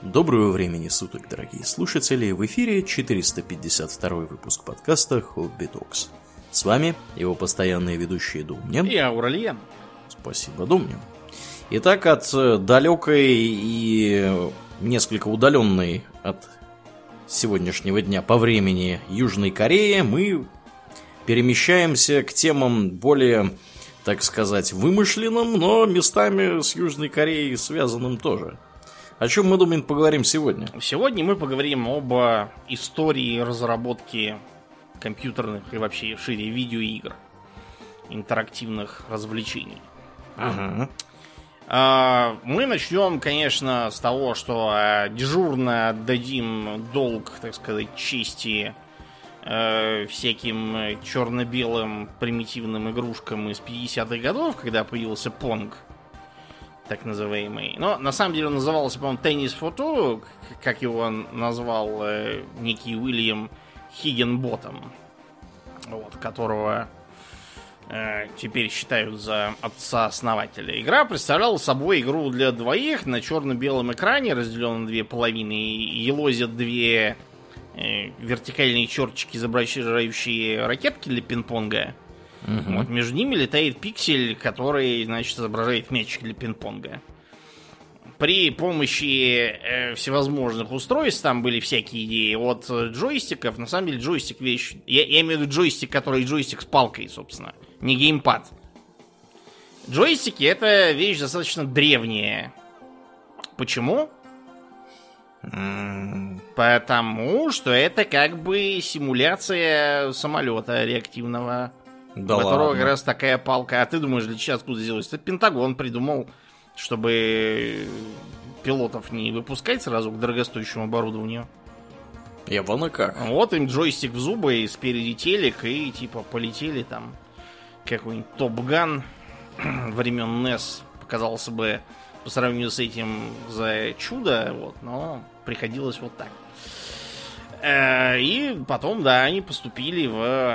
Доброго времени суток, дорогие слушатели! В эфире 452 выпуск подкаста Hobby Talks. С вами его постоянные ведущие Думнин и Ауральян. Спасибо, Думнин. Итак, от далекой и несколько удаленной от сегодняшнего дня по времени Южной Кореи мы перемещаемся к темам более, так сказать, вымышленным, но местами с Южной Кореей связанным тоже. О чем мы, думаем, поговорим сегодня? Сегодня мы поговорим об истории разработки компьютерных и вообще шире видеоигр, интерактивных развлечений. Ага. Мы начнем, конечно, с того, что дежурно отдадим долг, так сказать, чести всяким черно-белым примитивным игрушкам из 50-х годов, когда появился Pong, так называемый. Но на самом деле он назывался, по-моему, Tennis for Two, как его назвал некий Уильям Хиггинботтом, вот, которого теперь считают за отца-основателя. Игра представляла собой игру для двоих на черно-белом экране, разделенном на две половины, и елозят две вертикальные черточки, изображающие ракетки для пинг-понга. Угу. Вот, между ними летает пиксель, который, значит, изображает мячик для пинг-понга. При помощи всевозможных устройств, там были всякие идеи от джойстиков. На самом деле джойстик вещь... Я имею в виду джойстик, который джойстик с палкой, собственно. Не геймпад. Джойстики — это вещь достаточно древняя. Почему? Потому что это как бы симуляция самолета реактивного. Да, у которого ладно. как раз такая палка. А ты думаешь, для чего откуда сделать? Это Пентагон придумал, чтобы пилотов не выпускать сразу к дорогостоящему оборудованию. Я вон и как. Вот им джойстик в зубы, и спереди телек, и типа полетели там. Какой-нибудь Топ-Ган времен NES показался бы по сравнению с этим за чудо, вот, но приходилось вот так. И потом, да, они поступили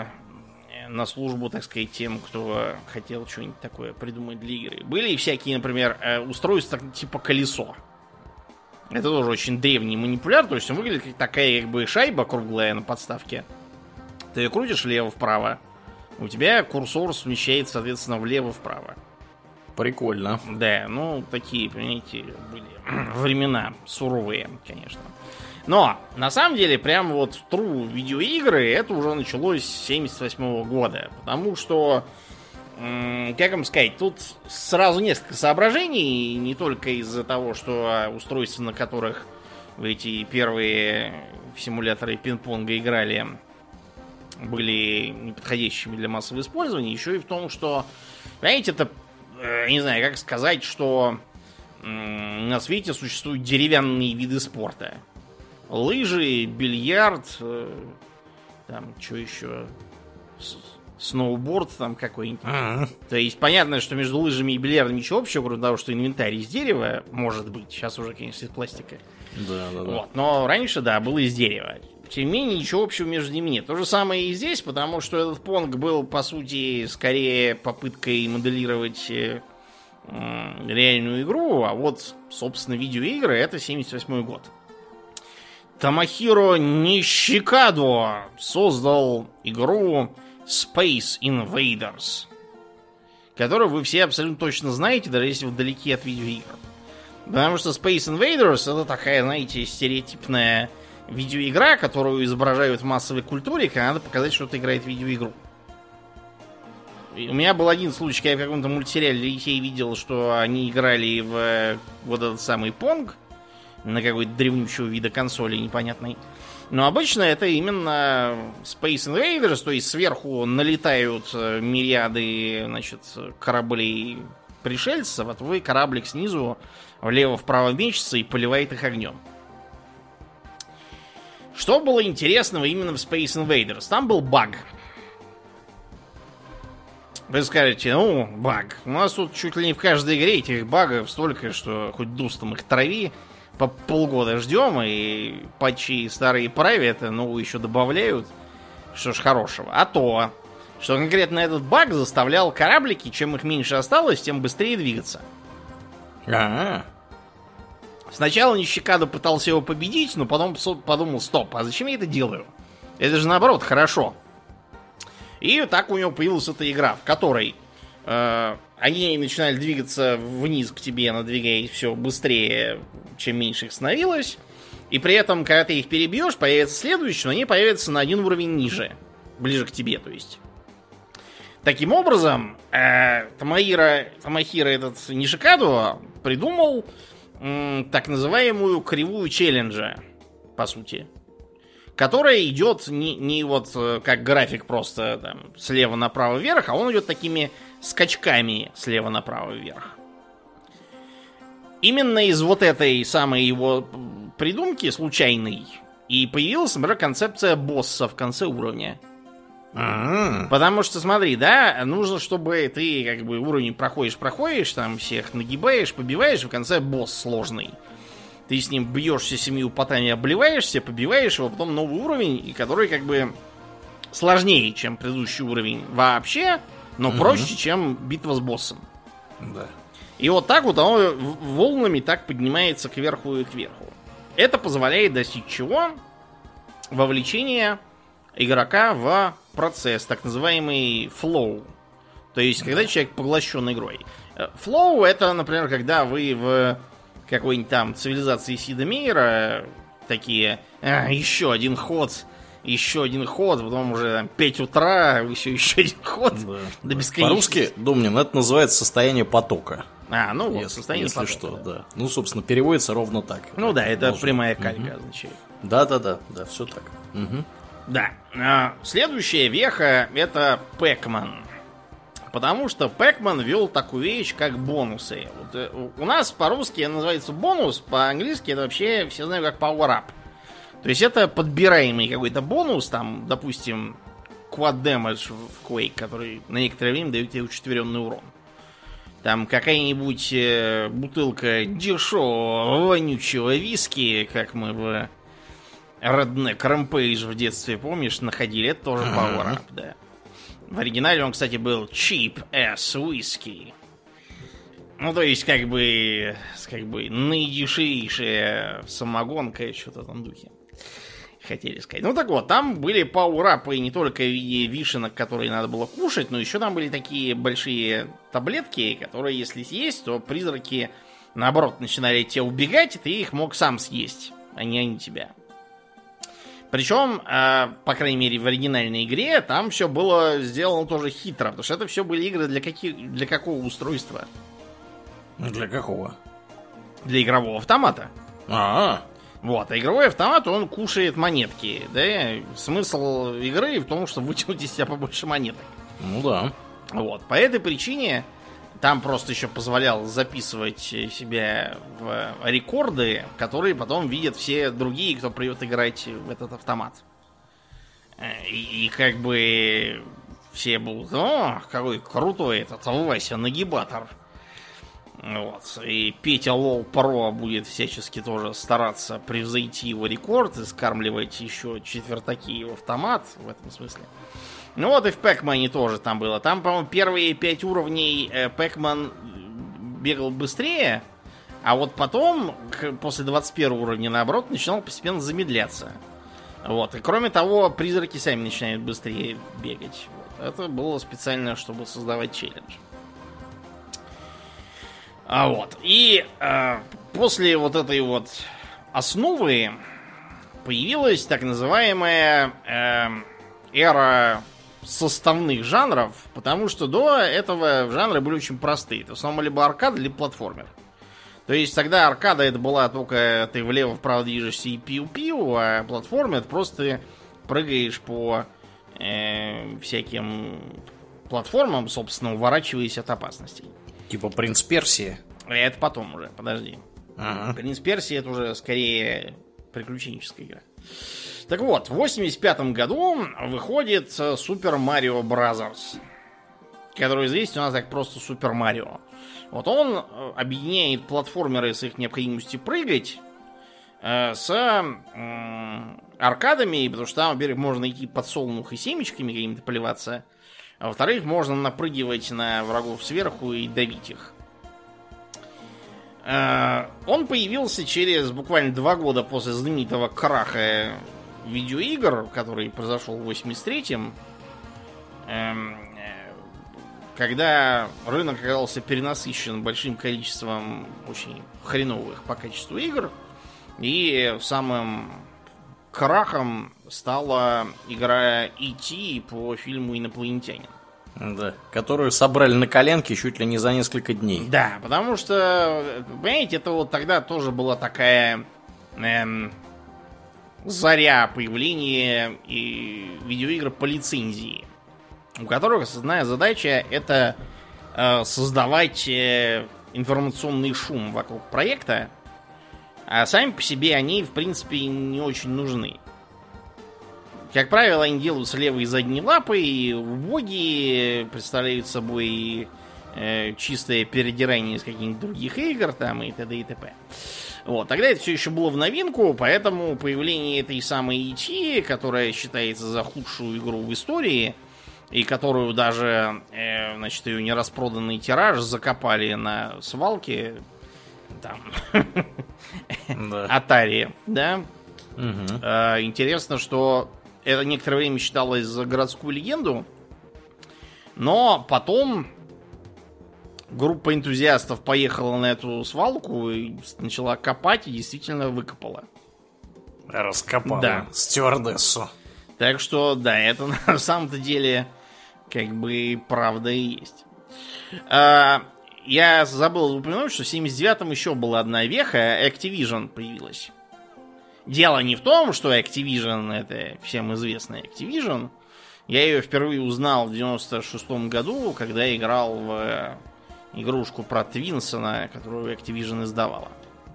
на службу, так сказать, тем, кто хотел что-нибудь такое придумать для игры. Были и всякие, например, устройства типа колесо. Это тоже очень древний манипуляр, то есть он выглядит как такая как бы шайба круглая на подставке. Ты ее крутишь влево-вправо, у тебя курсор смещается, соответственно, влево-вправо. Прикольно. Да, ну, такие, понимаете, были времена суровые, конечно. Но, на самом деле, прям вот true видеоигры, это уже началось с 1978 года. Потому что, как вам сказать, тут сразу несколько соображений. Не только из-за того, что устройства, на которых вы эти первые симуляторы пинг-понга играли, были неподходящими для массового использования. Еще и в том, что, понимаете, это, не знаю, как сказать, что на свете существуют деревянные виды спорта. Лыжи, бильярд, там, что еще, сноуборд там какой-нибудь. То есть, понятно, что между лыжами и бильярдом ничего общего, кроме того, что инвентарь из дерева может быть. Сейчас уже, конечно, из пластика. Да. Вот. Но раньше, да, было из дерева. Тем не менее, ничего общего между ними нет. То же самое и здесь, потому что этот Понг был, по сути, скорее попыткой моделировать реальную игру, а вот, собственно, видеоигры — это 1978 год. Томохиро Нищикадо создал игру Space Invaders, которую вы все абсолютно точно знаете, даже если вы далеки от видеоигр. Потому что Space Invaders — это такая, знаете, стереотипная видеоигра, которую изображают в массовой культуре, когда надо показать, что ты играет в видеоигру. И у меня был один случай, когда я в каком-то мультсериале для детей видел, что они играли в вот этот самый Понг на какой-то древнючего вида консоли непонятной. Но обычно это именно Space Invaders, то есть сверху налетают мириады, значит, кораблей пришельцев, а твой кораблик снизу влево-вправо мечется и поливает их огнем. Что было интересного именно в Space Invaders? Там был баг. Вы скажете, ну, баг. У нас тут чуть ли не в каждой игре этих багов столько, что хоть дустом их трави. По полгода ждем, и патчи старые правят, а новые еще добавляют. Что ж хорошего. А то, что конкретно этот баг заставлял кораблики, чем их меньше осталось, тем быстрее двигаться. А-а-а. Сначала Нищикадо пытался его победить, но потом подумал, стоп, а зачем я это делаю? Это же наоборот хорошо. И так у него появилась эта игра, в которой они начинали двигаться вниз к тебе, надвигаясь все быстрее, чем меньше их становилось. И при этом, когда ты их перебьешь, появится следующий, но они появятся на один уровень ниже. Ближе к тебе, то есть. Таким образом, Томохиро этот Нишикадо придумал так называемую кривую челленджа, по сути. Которая идет не вот как график просто там, слева направо вверх, а он идет такими скачками слева направо вверх. Именно из вот этой самой его придумки случайной и появилась, например, концепция босса в конце уровня. Потому что, смотри, да, нужно, чтобы ты как бы уровень проходишь, там всех нагибаешь, побиваешь, и в конце босс сложный. Ты с ним бьешься 7 потами, обливаешься, побиваешь его, потом новый уровень, и который как бы сложнее, чем предыдущий уровень вообще, но проще, чем битва с боссом. Да. И вот так вот оно волнами так поднимается кверху и кверху. Это позволяет достичь чего? Вовлечения игрока в процесс, так называемый flow. То есть, когда человек поглощен игрой. Flow это, например, когда вы в какой-нибудь там цивилизации Сида Мейера такие, еще один ход, потом уже там, 5 утра, еще один ход. Да. До бесконечности. По-русски, Домнин, это называется состояние потока. Ну вот, Если состояние потока. что, да. Ну, собственно, переводится ровно так. Ну да, это прямая калька означает. Да, все так. Да. Следующая веха это Пэкман. Потому что Пэкман вел такую вещь, как бонусы. Вот, у нас по-русски называется бонус, по-английски это вообще все знают как power-up. То есть это подбираемый какой-то бонус, там, допустим, quad damage в Quake, который на некоторое время дает тебе учетверенный урон. Там какая-нибудь бутылка дешевого вонючего виски, как мы в Redneck Rampage в детстве, помнишь, находили, это тоже power-up, да. В оригинале он, кстати, был cheap ass whiskey. Ну, то есть, как бы наидешевейшая самогонка, что-то в этом духе. Хотели сказать. Ну, так вот, там были пауэрапы не только в виде вишенок, которые надо было кушать, но еще там были такие большие таблетки, которые, если съесть, то призраки, наоборот, начинали от тебя убегать, и ты их мог сам съесть, а не они тебя. Причем, по крайней мере, в оригинальной игре там все было сделано тоже хитро, потому что это все были игры для какого устройства? Для какого? Для игрового автомата. Вот, а игровой автомат, он кушает монетки, да? Смысл игры в том, чтобы вытянуть из себя побольше монеток. Ну да. Вот, по этой причине там просто еще позволял записывать себя в рекорды, которые потом видят все другие, кто придет играть в этот автомат. И как бы все будут, какой крутой этот Вася нагибатор. Вот. И Петя Лол Про будет всячески тоже стараться превзойти его рекорд и скармливать еще четвертаки в автомат в этом смысле. Ну вот и в Пэкмане тоже там было. Там, по-моему, первые 5 уровней Пэкман бегал быстрее, а вот потом, после 21 уровня, наоборот, начинал постепенно замедляться. Вот. И кроме того, призраки сами начинают быстрее бегать. Вот. Это было специально, чтобы создавать челлендж. И после вот этой вот основы появилась так называемая эра составных жанров, потому что до этого жанры были очень простые. Это в основном либо аркада, либо платформер. То есть тогда аркада это была только ты влево-вправо движешься и пиу-пиу, а платформер это просто ты прыгаешь по всяким платформам, собственно, уворачиваясь от опасностей. Типа Принц Персии. Это потом уже, подожди. Принц Персии это уже скорее приключенческая игра. Так вот, в 85 году выходит Super Mario Bros., который известен у нас как просто Super Mario. Вот он объединяет платформеры с их необходимостью прыгать с аркадами, потому что там, во-первых, можно идти подсолнух и семечками какими-то поливаться, а во-вторых, можно напрыгивать на врагов сверху и давить их. Он появился через буквально 2 года после знаменитого краха видеоигр, который произошел в 83-м, когда рынок оказался перенасыщен большим количеством очень хреновых по качеству игр, и самым крахом стала игра E.T. по фильму «Инопланетянин». Да, которую собрали на коленке чуть ли не за несколько дней. Да, потому что, понимаете, это вот тогда тоже была такая заря появления и видеоигр по лицензии, у которых основная задача это создавать информационный шум вокруг проекта, а сами по себе они, в принципе, не очень нужны. Как правило, они делаются левой и задней лапой, и убогие, представляют собой чистое передирание из каких-нибудь других игр, там, и т.д. и т.п. Вот, тогда это все еще было в новинку, поэтому появление этой самой E.T., которая считается за худшую игру в истории, и которую даже, значит, ее нераспроданный тираж закопали на свалке, там, Atari, да? Интересно, что это некоторое время считалось за городскую легенду, но потом группа энтузиастов поехала на эту свалку и начала копать и действительно выкопала. Раскопала. Да. Стюардессу. Так что, да, это на самом-то деле как бы правда и есть. Я забыл упомянуть, что в 79-м еще была одна веха, Activision появилась. Дело не в том, что Activision это всем известный Activision. Я ее впервые узнал в 96-м году, когда играл в игрушку про Твинсона, которую Activision издавала.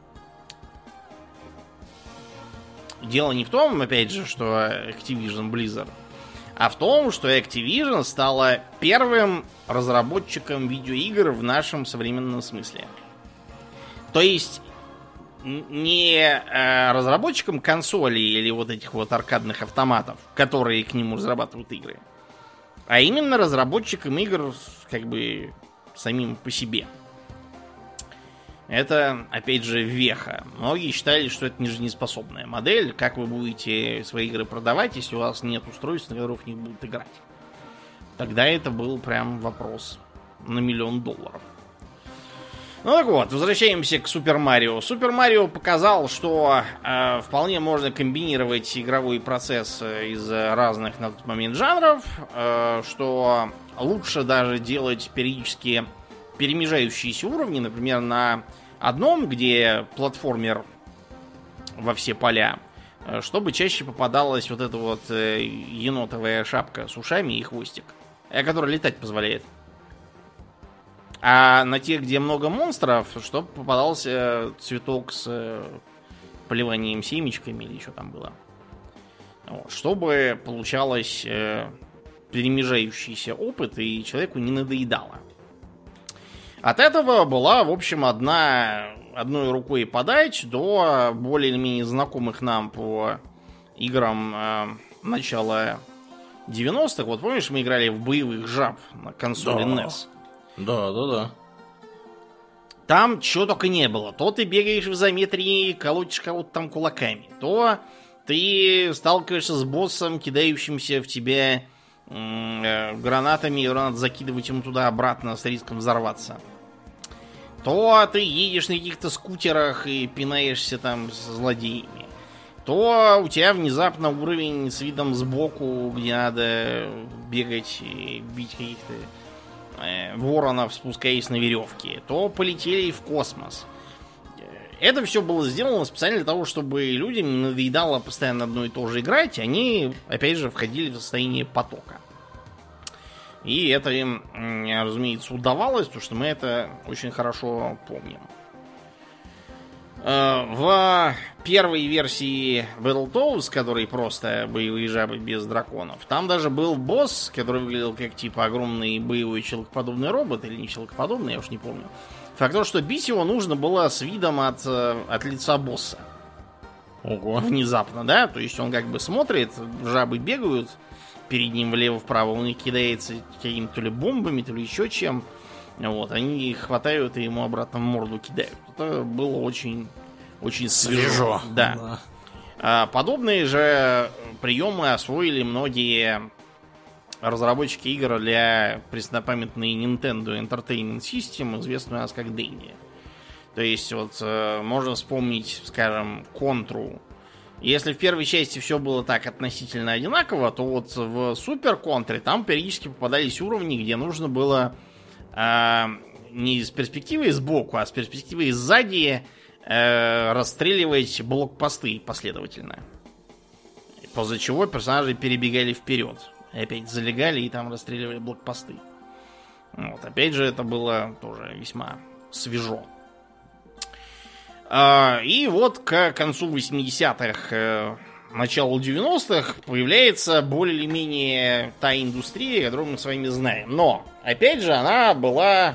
Дело не в том, опять же, что Activision Blizzard, а в том, что Activision стала первым разработчиком видеоигр в нашем современном смысле. То есть не разработчиком консолей или вот этих вот аркадных автоматов, которые к нему разрабатывают игры, а именно разработчиком игр как бы самим по себе. Это, опять же, веха. Многие считали, что это нежизнеспособная модель. Как вы будете свои игры продавать, если у вас нет устройств, на которых в них будут играть? Тогда это был прям вопрос на $1 000 000. Ну так вот, возвращаемся к Супер Марио. Супер Марио показал, что вполне можно комбинировать игровой процесс из разных на тот момент жанров, что лучше даже делать периодически перемежающиеся уровни, например, на одном, где платформер во все поля, чтобы чаще попадалась вот эта вот енотовая шапка с ушами и хвостик, которая летать позволяет. А на тех, где много монстров, чтобы попадался цветок с поливанием семечками или что там было. Вот, чтобы получалось перемежающийся опыт и человеку не надоедало. От этого была, в общем, одной рукой подать до более или менее знакомых нам по играм начала 90-х. Вот помнишь, мы играли в боевых жаб на консоли NES? Да. Там чего только не было. То ты бегаешь в изометрии и колотишь кого-то там кулаками, то ты сталкиваешься с боссом, кидающимся в тебя гранатами, и надо закидывать ему туда-обратно с риском взорваться. То ты едешь на каких-то скутерах и пинаешься там с злодеями. То у тебя внезапно уровень с видом сбоку, где надо бегать и бить каких-то воронов, спускаясь на веревке. То полетели в космос. Это все было сделано специально для того, чтобы людям не надоедало постоянно одно и то же играть. Они, опять же, входили в состояние потока. И это им, разумеется, удавалось, потому что мы это очень хорошо помним. В первой версии Battletoads, который просто боевые жабы без драконов, там даже был босс, который выглядел как типа огромный боевой человекоподобный робот, или не человекоподобный, я уж не помню. Факт то, что бить его нужно было с видом от лица босса. Ого. Внезапно, да? То есть он как бы смотрит, жабы бегают перед ним влево-вправо, он их кидается какими-то то ли бомбами, то ли еще чем. Вот, они хватают и ему обратно в морду кидают. Это было очень, очень свежо. Да. Подобные же приемы освоили многие разработчики игр для преснопамятной Nintendo Entertainment System, известную у нас как Dendy. То есть, вот, можно вспомнить, скажем, Контру. Если в первой части все было так относительно одинаково, то вот в Супер Контре там периодически попадались уровни, где нужно было не с перспективы сбоку, а с перспективы сзади расстреливать блокпосты последовательно. После чего персонажи перебегали вперед. Опять залегали и там расстреливали блокпосты. Вот, опять же, это было тоже весьма свежо. И вот к концу 80-х, началу 90-х появляется более или менее та индустрия, которую мы с вами знаем. Но, опять же, она была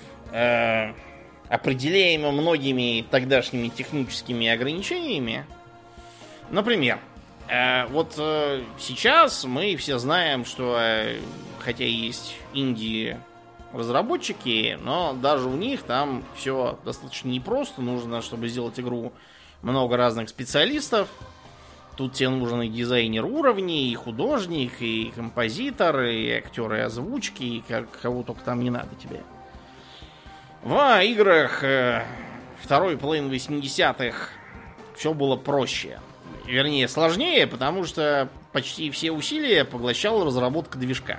определяема многими тогдашними техническими ограничениями. Например, вот сейчас мы все знаем, что хотя есть инди-разработчики, но даже у них там все достаточно непросто. Нужно, чтобы сделать игру, много разных специалистов. Тут тебе нужен и дизайнер уровней, и художник, и композитор, и актеры озвучки, и кого только там не надо тебе. В играх второй половины 80-х все было проще. Вернее, сложнее, потому что почти все усилия поглощала разработка движка,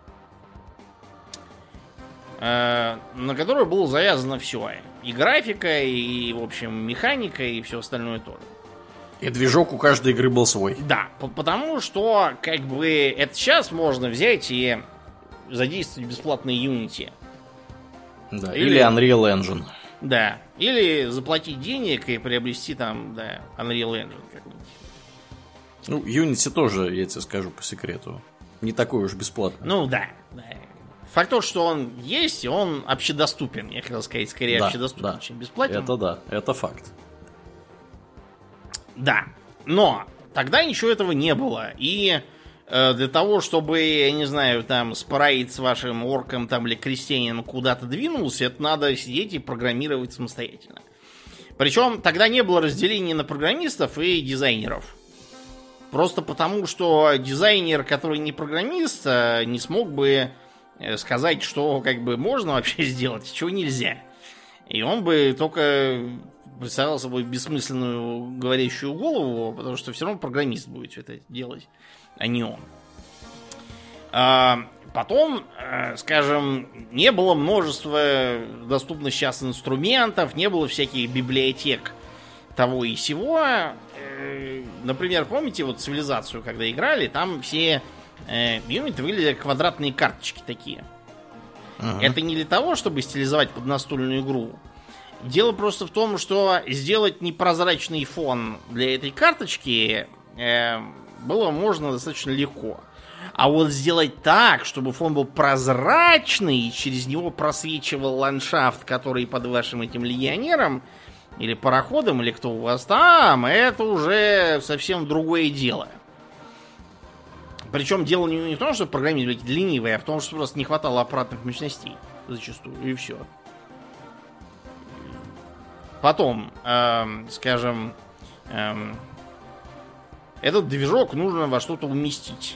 на которую было завязано все. И графика, и, в общем, механика, и все остальное тоже. И движок у каждой игры был свой. Да, потому что, как бы, это сейчас можно взять и задействовать бесплатные Unity. Да, или Unreal Engine. Да, или заплатить денег и приобрести там, да, Unreal Engine как-нибудь. Ну, Unity тоже, я тебе скажу по секрету, не такой уж бесплатный. Ну, да, да. Факт то, что он есть, и он общедоступен. Я хотел сказать, скорее да, общедоступен, да. чем бесплатен. Это да, это факт. Да, но тогда ничего этого не было. И для того, чтобы, я не знаю, там, спрайт с вашим орком там, или крестьянином куда-то двинулся, это надо сидеть и программировать самостоятельно. Причем тогда не было разделения на программистов и дизайнеров. Просто потому, что дизайнер, который не программист, не смог бы сказать, что как бы можно вообще сделать, чего нельзя. И он бы только представлял собой бессмысленную говорящую голову, потому что все равно программист будет все это делать, а не он. Потом, скажем, не было множества доступных сейчас инструментов, не было всяких библиотек того и сего. Например, помните вот цивилизацию, когда играли, там все юниты выглядели квадратные карточки такие. Это не для того, чтобы стилизовать под настольную игру. Дело просто в том, что сделать непрозрачный фон для этой карточки было можно достаточно легко. А вот сделать так, чтобы фон был прозрачный, и через него просвечивал ландшафт, который под вашим этим легионером, или пароходом, или кто у вас там, это уже совсем другое дело. Причем дело не в том, что программисты были ленивые, а в том, что просто не хватало аппаратных мощностей зачастую, и все. Потом, скажем, этот движок нужно во что-то уместить.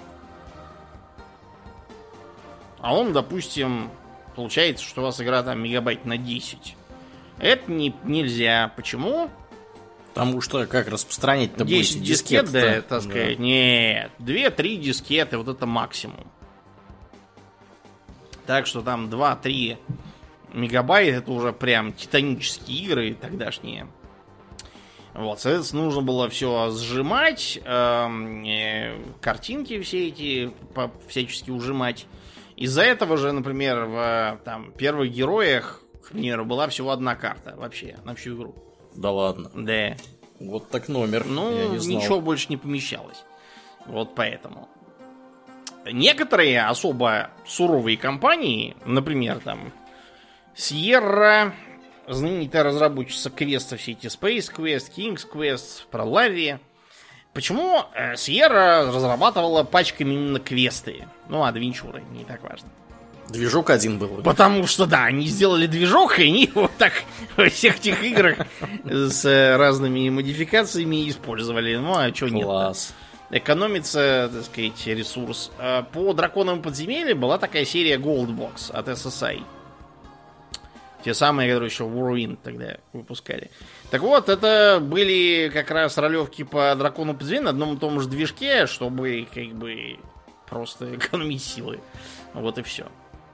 А он, допустим, получается, что у вас игра там мегабайт на 10. Это нельзя. Почему? Потому что как распространять-то 10 дискет, да, так сказать. Да. Нет, 2-3 дискеты, вот это максимум. Так что там 2-3 мегабайт, это уже прям титанические игры тогдашние. Вот, соответственно, нужно было все сжимать, картинки все эти всячески ужимать. Из-за этого же, например, в там, первых героях, к примеру, была всего одна карта вообще на всю игру. Да ладно. Да. Вот так номер. Ну, ничего больше не помещалось. Вот поэтому. Некоторые особо суровые компании, например, там Sierra, знаменитая разработчица квестов, все эти Space Quest, King's Quest, про Ларри. Почему Sierra разрабатывала пачками именно квесты? Ну, адвенчуры, не так важно. Движок один был. Потому что, да, они сделали движок, и они вот так во всех этих играх с разными модификациями использовали. Ну, а что нет? Класс. Экономится, так сказать, ресурс. По Драконовым подземельям была такая серия Goldbox от SSI. Те самые, которые еще Warwind тогда выпускали. Так вот, это были как раз ролевки по Дракону подземельям на одном и том же движке, чтобы как бы просто экономить силы. Вот и все.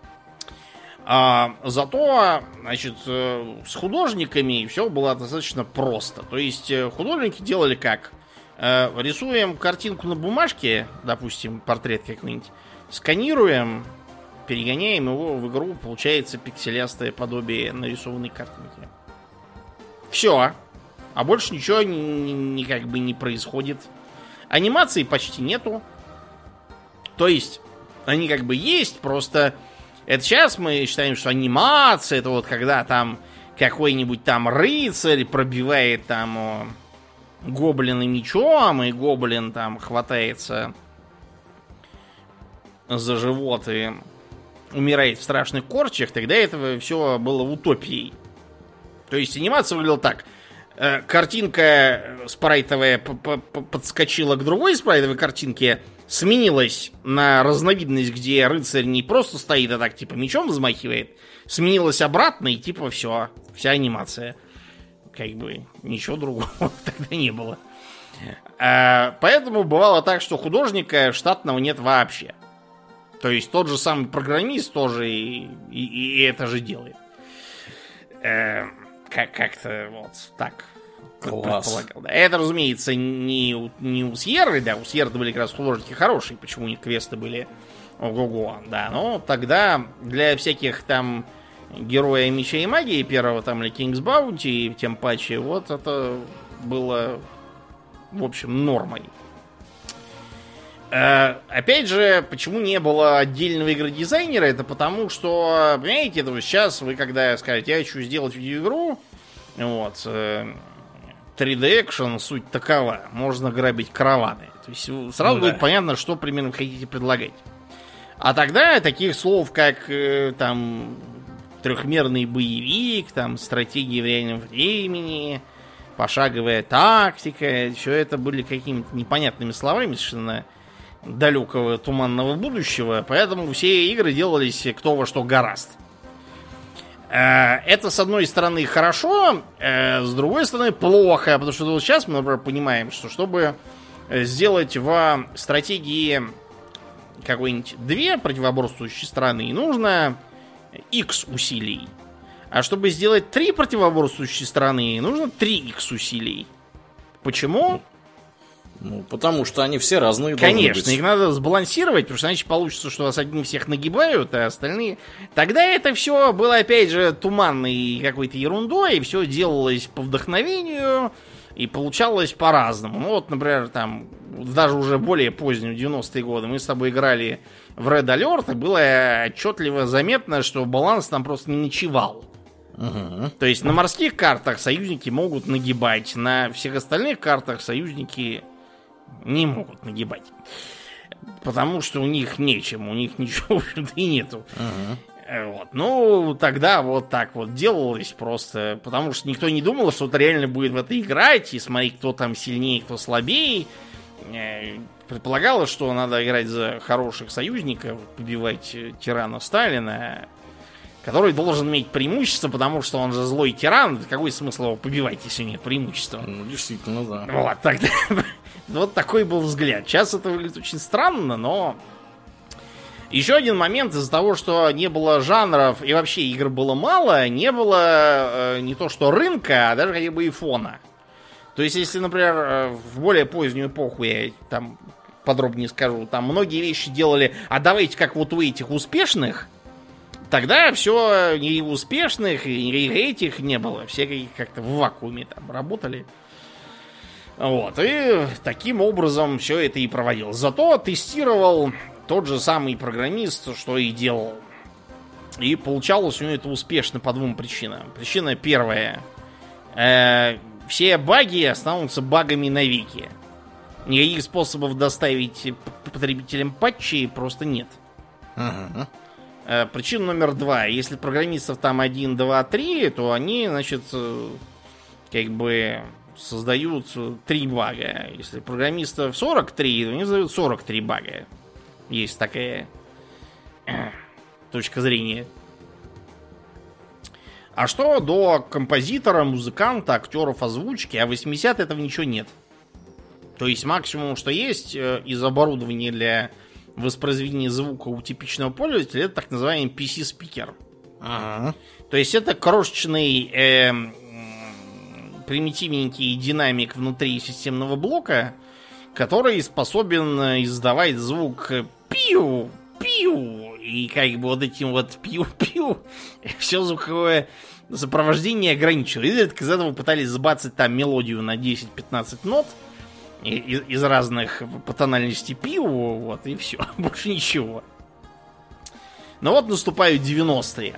Зато, значит, с художниками все было достаточно просто. То есть художники делали как? Рисуем картинку на бумажке, допустим, портрет какой-нибудь, сканируем, перегоняем его в игру, получается пикселястое подобие нарисованной картинки. Все. А больше ничего как бы не происходит. Анимации почти нету. То есть, они как бы есть, просто... Это сейчас мы считаем, что анимация, это вот когда там какой-нибудь там рыцарь пробивает там гоблина мечом, и гоблин там хватается за живот и умирает в страшных корчах, тогда этого все было утопией. То есть анимация выглядела так. Картинка спрайтовая подскочила к другой спрайтовой картинке, сменилась на разновидность, где рыцарь не просто стоит, а так типа мечом взмахивает, сменилась обратно, и типа все, вся анимация. Как бы ничего другого тогда не было. Поэтому бывало так, что художника штатного нет вообще. То есть тот же самый программист тоже и это же делает. Как-то вот так. Класс. Да. Это, разумеется, не у Сьерры, да, у Сьерры были как раз художники хорошие, почему у них квесты были ого-го, да, но тогда для всяких там Героя Меча и Магии первого, там, или King's Bounty, тем паче, вот это было, в общем, нормой. Опять же, почему не было отдельного игродизайнера, это потому что, понимаете, это вот сейчас вы когда скажете, я хочу сделать видеоигру, вот, 3D экшен, суть такова, можно грабить караваны. То есть сразу будет понятно, что примерно хотите предлагать. А тогда таких слов, как там трехмерный боевик, там стратегия в реальном времени, пошаговая тактика, все это были какими-то непонятными словами совершенно далекого туманного будущего, поэтому все игры делались кто во что гораст. Это, с одной стороны, хорошо, с другой стороны, плохо, потому что вот сейчас мы, например, понимаем, что чтобы сделать в стратегии какой-нибудь 2 противоборствующие страны, нужно X усилий. А чтобы сделать 3 противоборствующие страны, нужно 3X усилий. Почему? Ну, потому что они все разные должны быть. Конечно, их надо сбалансировать, потому что иначе получится, что вас одни всех нагибают, а остальные... Тогда это все было, опять же, туманной какой-то ерундой, и все делалось по вдохновению, и получалось по-разному. Ну, вот, например, там, даже уже более поздние, 90-е годы, мы с тобой играли в Red Alert, и было отчетливо заметно, что баланс там просто не ночевал. То есть на морских картах союзники могут нагибать, на всех остальных картах союзники не могут нагибать. Потому что у них нечем, у них ничего, в общем-то, и нету. Вот. Ну, тогда вот так вот делалось просто, потому что никто не думал, что это реально будет в это играть, и смотреть, кто там сильнее, кто слабее. Предполагалось, что надо играть за хороших союзников, побивать тирана Сталина, который должен иметь преимущество, потому что он же злой тиран. Какой смысл его побивать, если нет преимущества? Ну, действительно, да. Вот, тогда вот такой был взгляд. Сейчас это выглядит очень странно, но... Еще один момент из-за того, что не было жанров и вообще игр было мало, не было не то что рынка, а даже хотя бы и фона. То есть, если, например, в более позднюю эпоху, я там подробнее скажу, там многие вещи делали, а давайте как вот у этих успешных, тогда все ни успешных, и этих не было. Все как-то в вакууме там работали. Вот. И таким образом все это и проводилось. Зато тестировал тот же самый программист, что и делал. И получалось у него это успешно по 2 причинам. Причина первая. Все баги останутся багами навеки. Никаких способов доставить потребителям патчи просто нет. Причина номер 2. Если программистов там 1, 2, 3, то они, значит, как бы создают 3 бага. Если программистов 43, то они создают 43 бага. Есть такая точка зрения. А что до композитора, музыканта, актеров озвучки, а в 80 этого ничего нет. То есть максимум, что есть из оборудования для воспроизведения звука у типичного пользователя, это так называемый PC-спикер. Ага. То есть это крошечный примитивненький динамик внутри системного блока, который способен издавать звук пиу, пиу, и как бы вот этим вот пиу-пиу все звуковое сопровождение ограничило. И из этого пытались сбацать там мелодию на 10-15 нот из разных по тональности пиу, вот, и все. Больше ничего. Но вот наступают 90-е.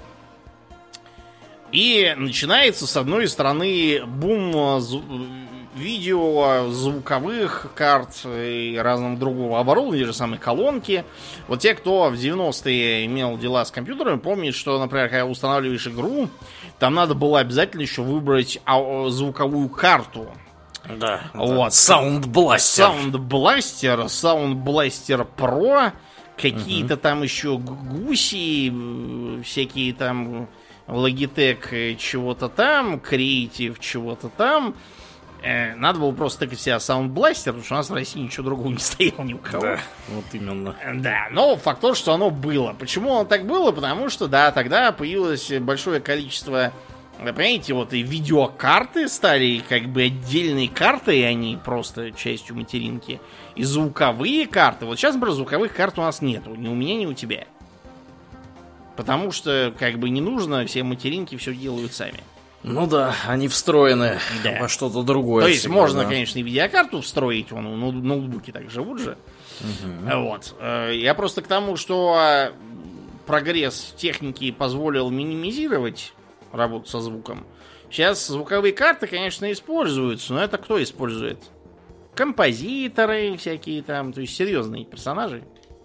И начинается, с одной стороны, бум видео, звуковых карт и разного другого оборудования, те же самые колонки. Вот те, кто в 90-е имел дела с компьютерами, помнят, что, например, когда устанавливаешь игру, там надо было обязательно еще выбрать звуковую карту. Да. Вот. Sound Blaster. Sound Blaster Pro, какие-то там еще гуси, всякие там Logitech чего-то там, Creative чего-то там. Надо было просто тыкать себя Sound Blaster, потому что у нас в России ничего другого не стояло ни у кого. Да, вот именно. Да, но факт тот, что оно было. Почему оно так было? Потому что, да, тогда появилось большое количество, понимаете, вот и видеокарты стали как бы отдельной картой, а не просто частью материнки. И звуковые карты. Вот сейчас, например, звуковых карт у нас нету. Ни у меня, ни у тебя. Потому что, как бы, не нужно, все материнки все делают сами. Ну да, они встроены во что-то другое. То есть всегда, можно, да. конечно, и видеокарту встроить, ноутбуки так живут же. Вот. Я просто к тому, что прогресс техники позволил минимизировать работу со звуком. Сейчас звуковые карты, конечно, используются, но это кто использует? Композиторы всякие там, то есть серьезные персонажи,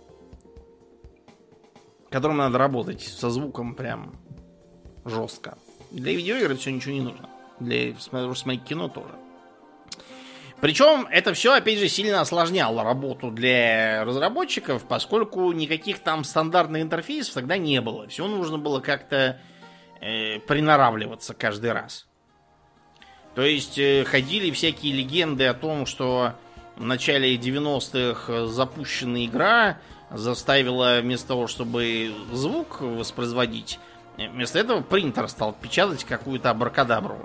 которым надо работать со звуком прям жестко. Для видеоигр все ничего не нужно. Для смотреть кино тоже. Причем это все, опять же, сильно осложняло работу для разработчиков, поскольку никаких там стандартных интерфейсов тогда не было. Все нужно было как-то приноравливаться каждый раз. То есть ходили всякие легенды о том, что в начале 90-х запущенная игра заставила вместо того, чтобы звук воспроизводить, вместо этого принтер стал печатать какую-то абракадабру.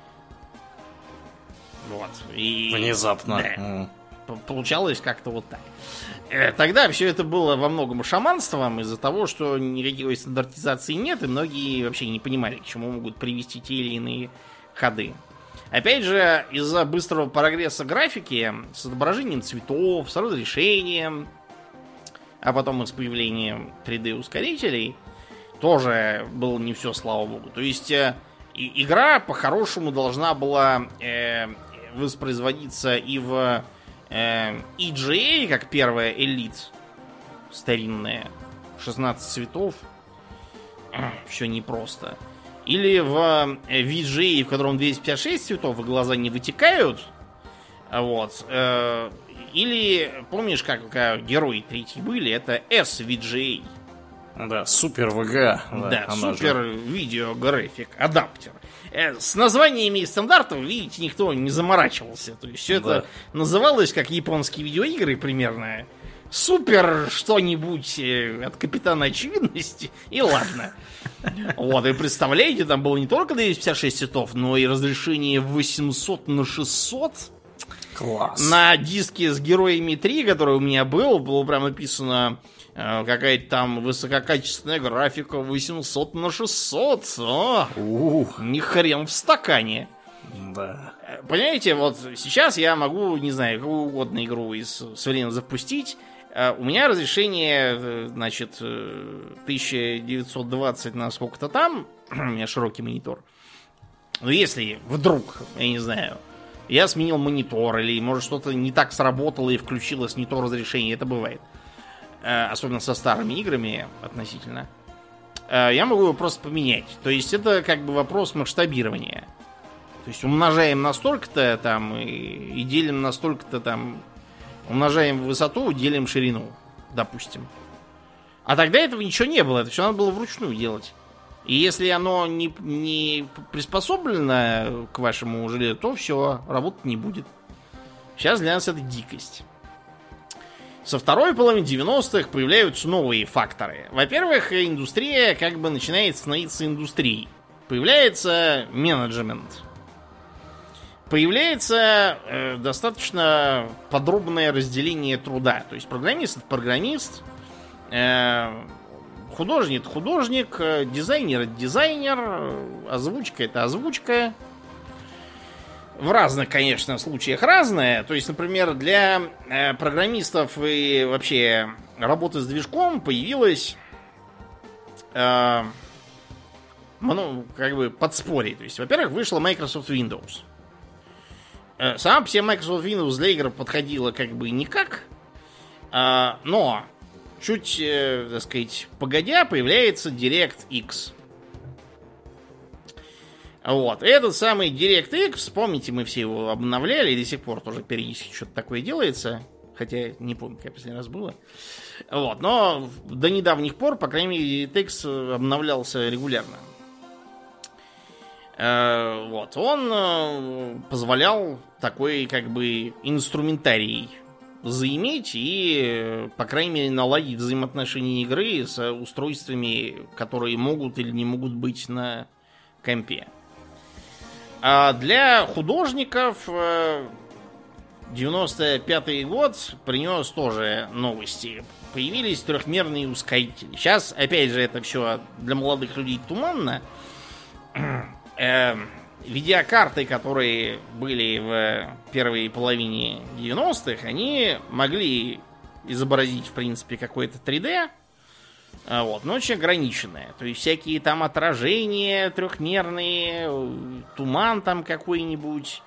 Вот. И внезапно. Да, получалось как-то вот так. Тогда все это было во многом шаманством из-за того, что никакой стандартизации нет, и многие вообще не понимали, к чему могут привести те или иные ходы. Опять же, из-за быстрого прогресса графики с отображением цветов, с разрешением, а потом и с появлением 3D-ускорителей, тоже было не все, слава богу. То есть игра по-хорошему должна была воспроизводиться и в EGA, как первая Elite старинная, 16 цветов, все непросто. Или в VGA, в котором 256 цветов, и глаза не вытекают. Вот. Или, помнишь, как герои третьи были? Это SVGA. Да, супер VGA. Да, супер видеографик адаптер. С названиями и стандартов, видите, никто не заморачивался. То есть все это называлось как японские видеоигры примерно. Супер что-нибудь от Капитана Очевидности. И ладно. Вот, и представляете, там было не только 256 цветов, но и разрешение 800 на 600. Класс. На диске с Героями 3, который у меня был, было прям написано какая-то там высококачественная графика 800 на 600. Ни хрен в стакане. Да. Понимаете, вот сейчас я могу, не знаю, какую угодно игру из современного запустить. У меня разрешение, значит, 1920 на сколько-то там. У меня широкий монитор. Но если вдруг, я не знаю, я сменил монитор, или, может, что-то не так сработало и включилось не то разрешение, это бывает. особенно со старыми играми относительно, я могу его просто поменять. То есть это как бы вопрос масштабирования. То есть умножаем на столько-то там и делим на столько-то там. Умножаем высоту, делим ширину, допустим. А тогда этого ничего не было. Это все надо было вручную делать. И если оно не приспособлено к вашему железу, то все, работать не будет. Сейчас для нас это дикость. Со второй половины 90-х появляются новые факторы. Во-первых, индустрия как бы начинает становиться индустрией. Появляется менеджмент. Появляется достаточно подробное разделение труда. То есть программист — это программист, художник — это художник, дизайнер — это дизайнер, озвучка — это озвучка. В разных, конечно, случаях разное. То есть, например, для программистов и вообще работы с движком появилось как бы подспорье. То есть, во-первых, вышла Microsoft Windows. Сама по себе Microsoft Windows для игр подходила как бы никак, но чуть, так сказать, погодя, появляется DirectX. Вот. Этот самый DirectX, помните, мы все его обновляли, и до сих пор тоже периодически что-то такое делается. Хотя не помню, как последний раз было. Вот. Но до недавних пор, по крайней мере, DirectX обновлялся регулярно. Вот. Он позволял такой, как бы, инструментарий заиметь и, по крайней мере, наладить взаимоотношения игры с устройствами, которые могут или не могут быть на компе. А для художников 95-й год принес тоже новости. Появились трехмерные ускорители. Сейчас, опять же, это все для молодых людей туманно. Видеокарты, которые были в первой половине 90-х, они могли изобразить, в принципе, какое-то 3D, вот, но очень ограниченное. То есть всякие там отражения трехмерные, туман там какой-нибудь.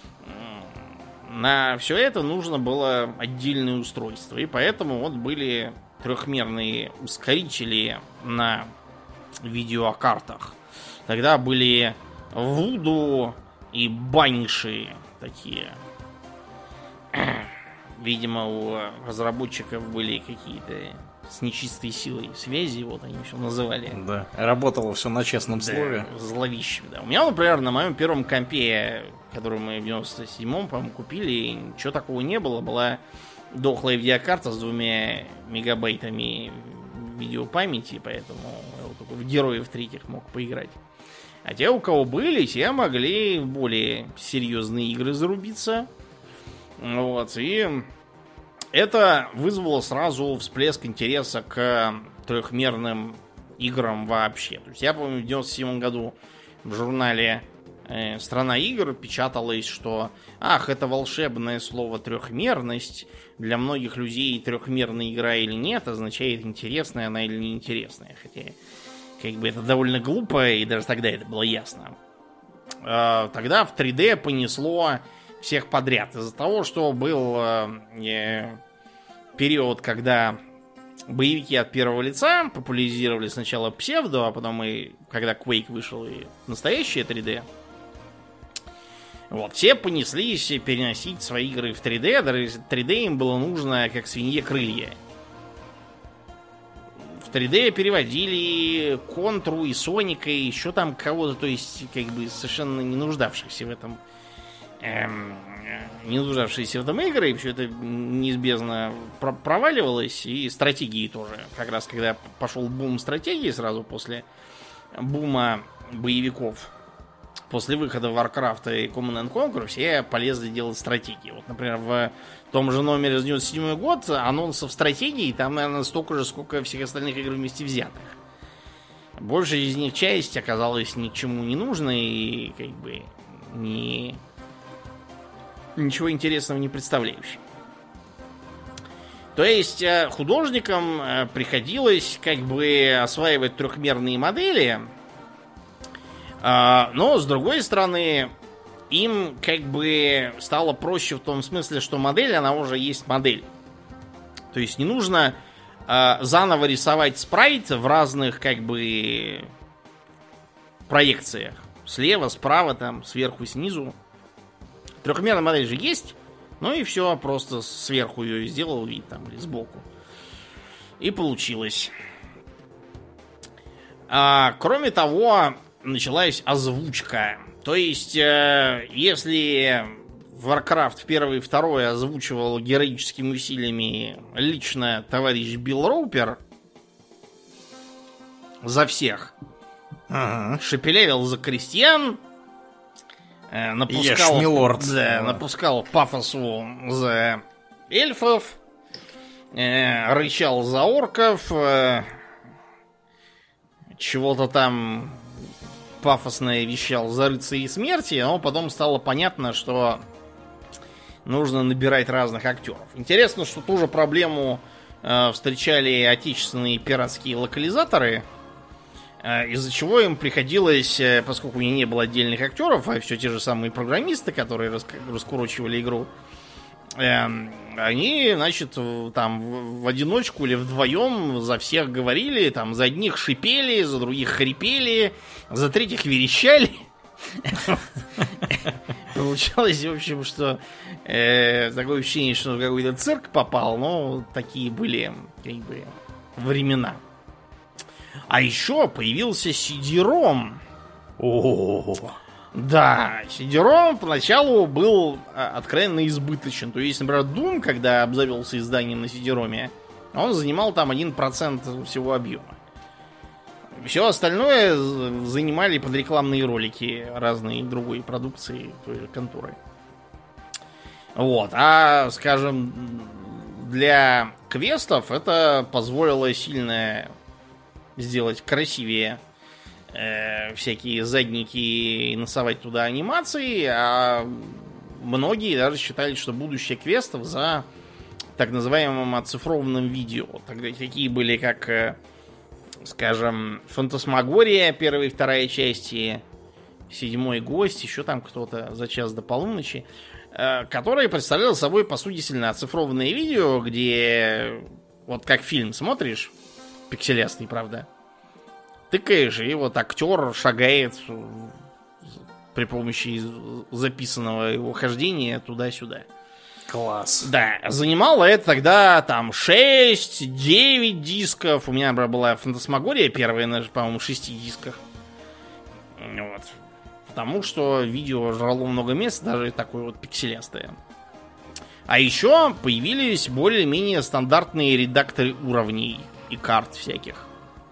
На все это нужно было отдельное устройство. И поэтому вот были трехмерные ускорители на видеокартах. Тогда были Вуду и Банши такие. Видимо, у разработчиков были какие-то с нечистой силой связи, вот они все называли. Да, работало все на честном слове. Зловещим, да. У меня, например, на моем первом компе, который мы в 97-м, по-моему, купили, ничего такого не было. Была дохлая видеокарта с 2 мегабайтами видеопамяти, поэтому я вот только в Героев третьих мог поиграть. А те, у кого были, те могли в более серьезные игры зарубиться. Вот, и это вызвало сразу всплеск интереса к трехмерным играм вообще. То есть я помню, в 97 году в журнале «Страна игр» печаталось, что это волшебное слово трехмерность. Для многих людей трехмерная игра или нет означает, интересная она или неинтересная. Хотя как бы это довольно глупо, и даже тогда это было ясно. Тогда в 3D понесло всех подряд. Из-за того, что был период, когда боевики от первого лица популяризировали сначала псевдо, а потом и когда Quake вышел, и настоящее 3D. Вот, все понеслись переносить свои игры в 3D, даже 3D им было нужно как свинье крылья. В 3D переводили Контру и Соника, и еще там кого-то, то есть, как бы, совершенно не нуждавшихся в этом игры, и все это неизбежно проваливалось, и стратегии тоже. Как раз когда пошел бум стратегии сразу после бума боевиков, после выхода Warcraft и Command & Conquer, все полезли делать стратегии. Вот, например, в том же номере за 97 год анонсов стратегий там, наверное, столько же, сколько всех остальных игр вместе взятых. Большая из них часть оказалась ни к чему не нужной и как бы ничего интересного не представляющей. То есть художникам приходилось как бы осваивать трехмерные модели, но с другой стороны им как бы стало проще в том смысле, что модель, она уже есть модель. То есть не нужно заново рисовать спрайт в разных, как бы, проекциях. Слева, справа, там, сверху, снизу. Трехмерная модель же есть. Ну и все, просто сверху ее сделал вид там, или сбоку. И получилось. Кроме того, началась озвучка. То есть, если Warcraft 1 и 2 озвучивал героическими усилиями лично товарищ Билл Роупер за всех, шепелявил за крестьян, напускал пафосу за эльфов, рычал за орков, чего-то там пафосное вещал за рыцарей смерти, но потом стало понятно, что нужно набирать разных актеров. Интересно, что ту же проблему встречали отечественные пиратские локализаторы, из-за чего им приходилось, поскольку у них не было отдельных актеров, а все те же самые программисты, которые раскурочивали игру, они, значит, там в одиночку или вдвоем за всех говорили, там за одних шипели, за других хрипели, за третьих верещали. Получалось, в общем, что такое ощущение, что в какой-то цирк попал, но такие были, как бы, времена. А еще появился CD-ROM. Да, CD-ROM поначалу был откровенно избыточен. То есть, например, Doom, когда обзавелся изданием на CD-ROM, он занимал там 1% всего объема. Все остальное занимали подрекламные ролики разной другой продукции той же конторы. Вот. А, скажем, для квестов это позволило сильно сделать красивее всякие задники и носовать туда анимации, а многие даже считали, что будущее квестов за так называемым оцифрованным видео. Тогда такие были, как, скажем, Фантасмагория, 1 и 2 части, 7 гость, еще там кто-то за час до полуночи, которые представляли собой, по сути, сильно оцифрованные видео, где вот как фильм смотришь, пикселястый, правда, тыкаешь, и вот актер шагает при помощи записанного его хождения туда-сюда. Класс. Да, занимало это тогда там 6-9 дисков. У меня была Фантасмагория первая, на, по-моему, 6 дисках. Вот. Потому что видео жрало много места, даже такое вот пикселястое. А еще появились более-менее стандартные редакторы уровней и карт всяких.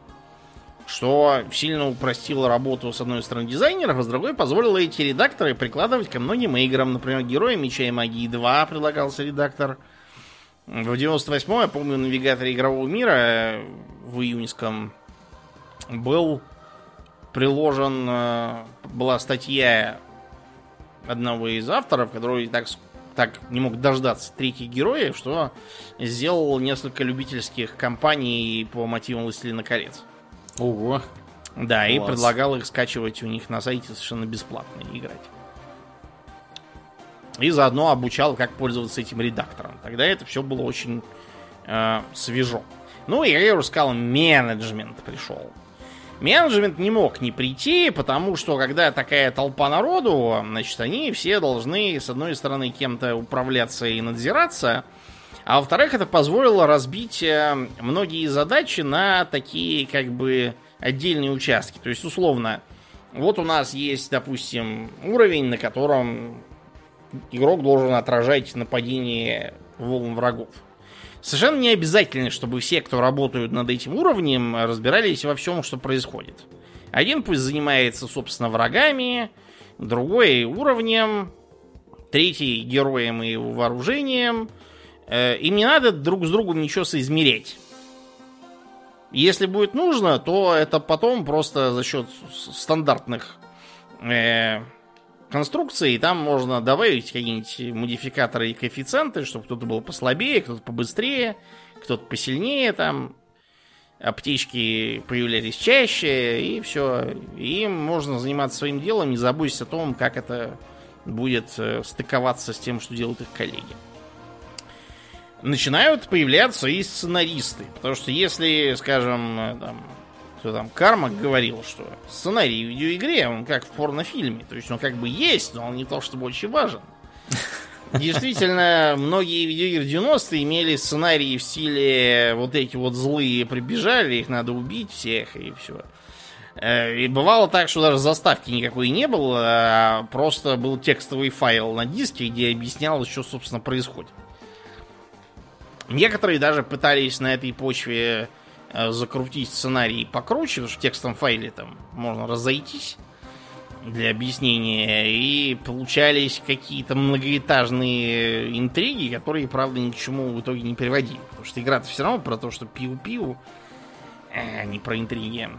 Что сильно упростило работу, с одной стороны, дизайнеров, а с другой позволило эти редакторы прикладывать ко многим играм. Например, Герои Меча и Магии 2 предлагался редактор. В 98-м, я помню, в навигаторе игрового мира в июньском был приложен, была статья одного из авторов, который так не мог дождаться третьих героев, что сделал несколько любительских кампаний по мотивам «Властелина колец». Ого. Да, класс. И предлагал их скачивать у них на сайте совершенно бесплатно и играть. И заодно обучал, как пользоваться этим редактором. Тогда это все было очень свежо. Ну и, как я уже сказал, менеджмент пришел. Менеджмент не мог не прийти, потому что когда такая толпа народу, значит, они все должны, с одной стороны, кем-то управляться и надзираться, а во-вторых, это позволило разбить многие задачи на такие, как бы, отдельные участки. То есть, условно, вот у нас есть, допустим, уровень, на котором игрок должен отражать нападение волн врагов. Совершенно не обязательно, чтобы все, кто работают над этим уровнем, разбирались во всем, что происходит. Один пусть занимается, собственно, врагами, другой уровнем, третий героем и его вооружением. Им не надо друг с другом ничего соизмерять. Если будет нужно, то это потом просто за счет стандартных конструкций там можно добавить какие-нибудь модификаторы и коэффициенты, чтобы кто-то был послабее, кто-то побыстрее, кто-то посильнее, там аптечки появлялись чаще, и все. Им можно заниматься своим делом, не заботясь о том, как это будет стыковаться с тем, что делают их коллеги. начинают появляться и сценаристы. Потому что если, скажем, там, кто там, Кармак говорил, что сценарий в видеоигре, он как в порнофильме. То есть он как бы есть, но он не то чтобы очень важен. Действительно, многие видеоигры 90-е имели сценарии в стиле вот эти вот злые прибежали, их надо убить всех и все. И бывало так, что даже заставки никакой не было, а просто был текстовый файл на диске, где объяснялось, что, собственно, происходит. Некоторые даже пытались на этой почве закрутить сценарий покруче, потому что в текстовом файле там можно разойтись для объяснения, и получались какие-то многоэтажные интриги, которые, правда, ни к чему в итоге не приводили. Потому что игра-то все равно про то, что пиу-пиу, а не про интриги.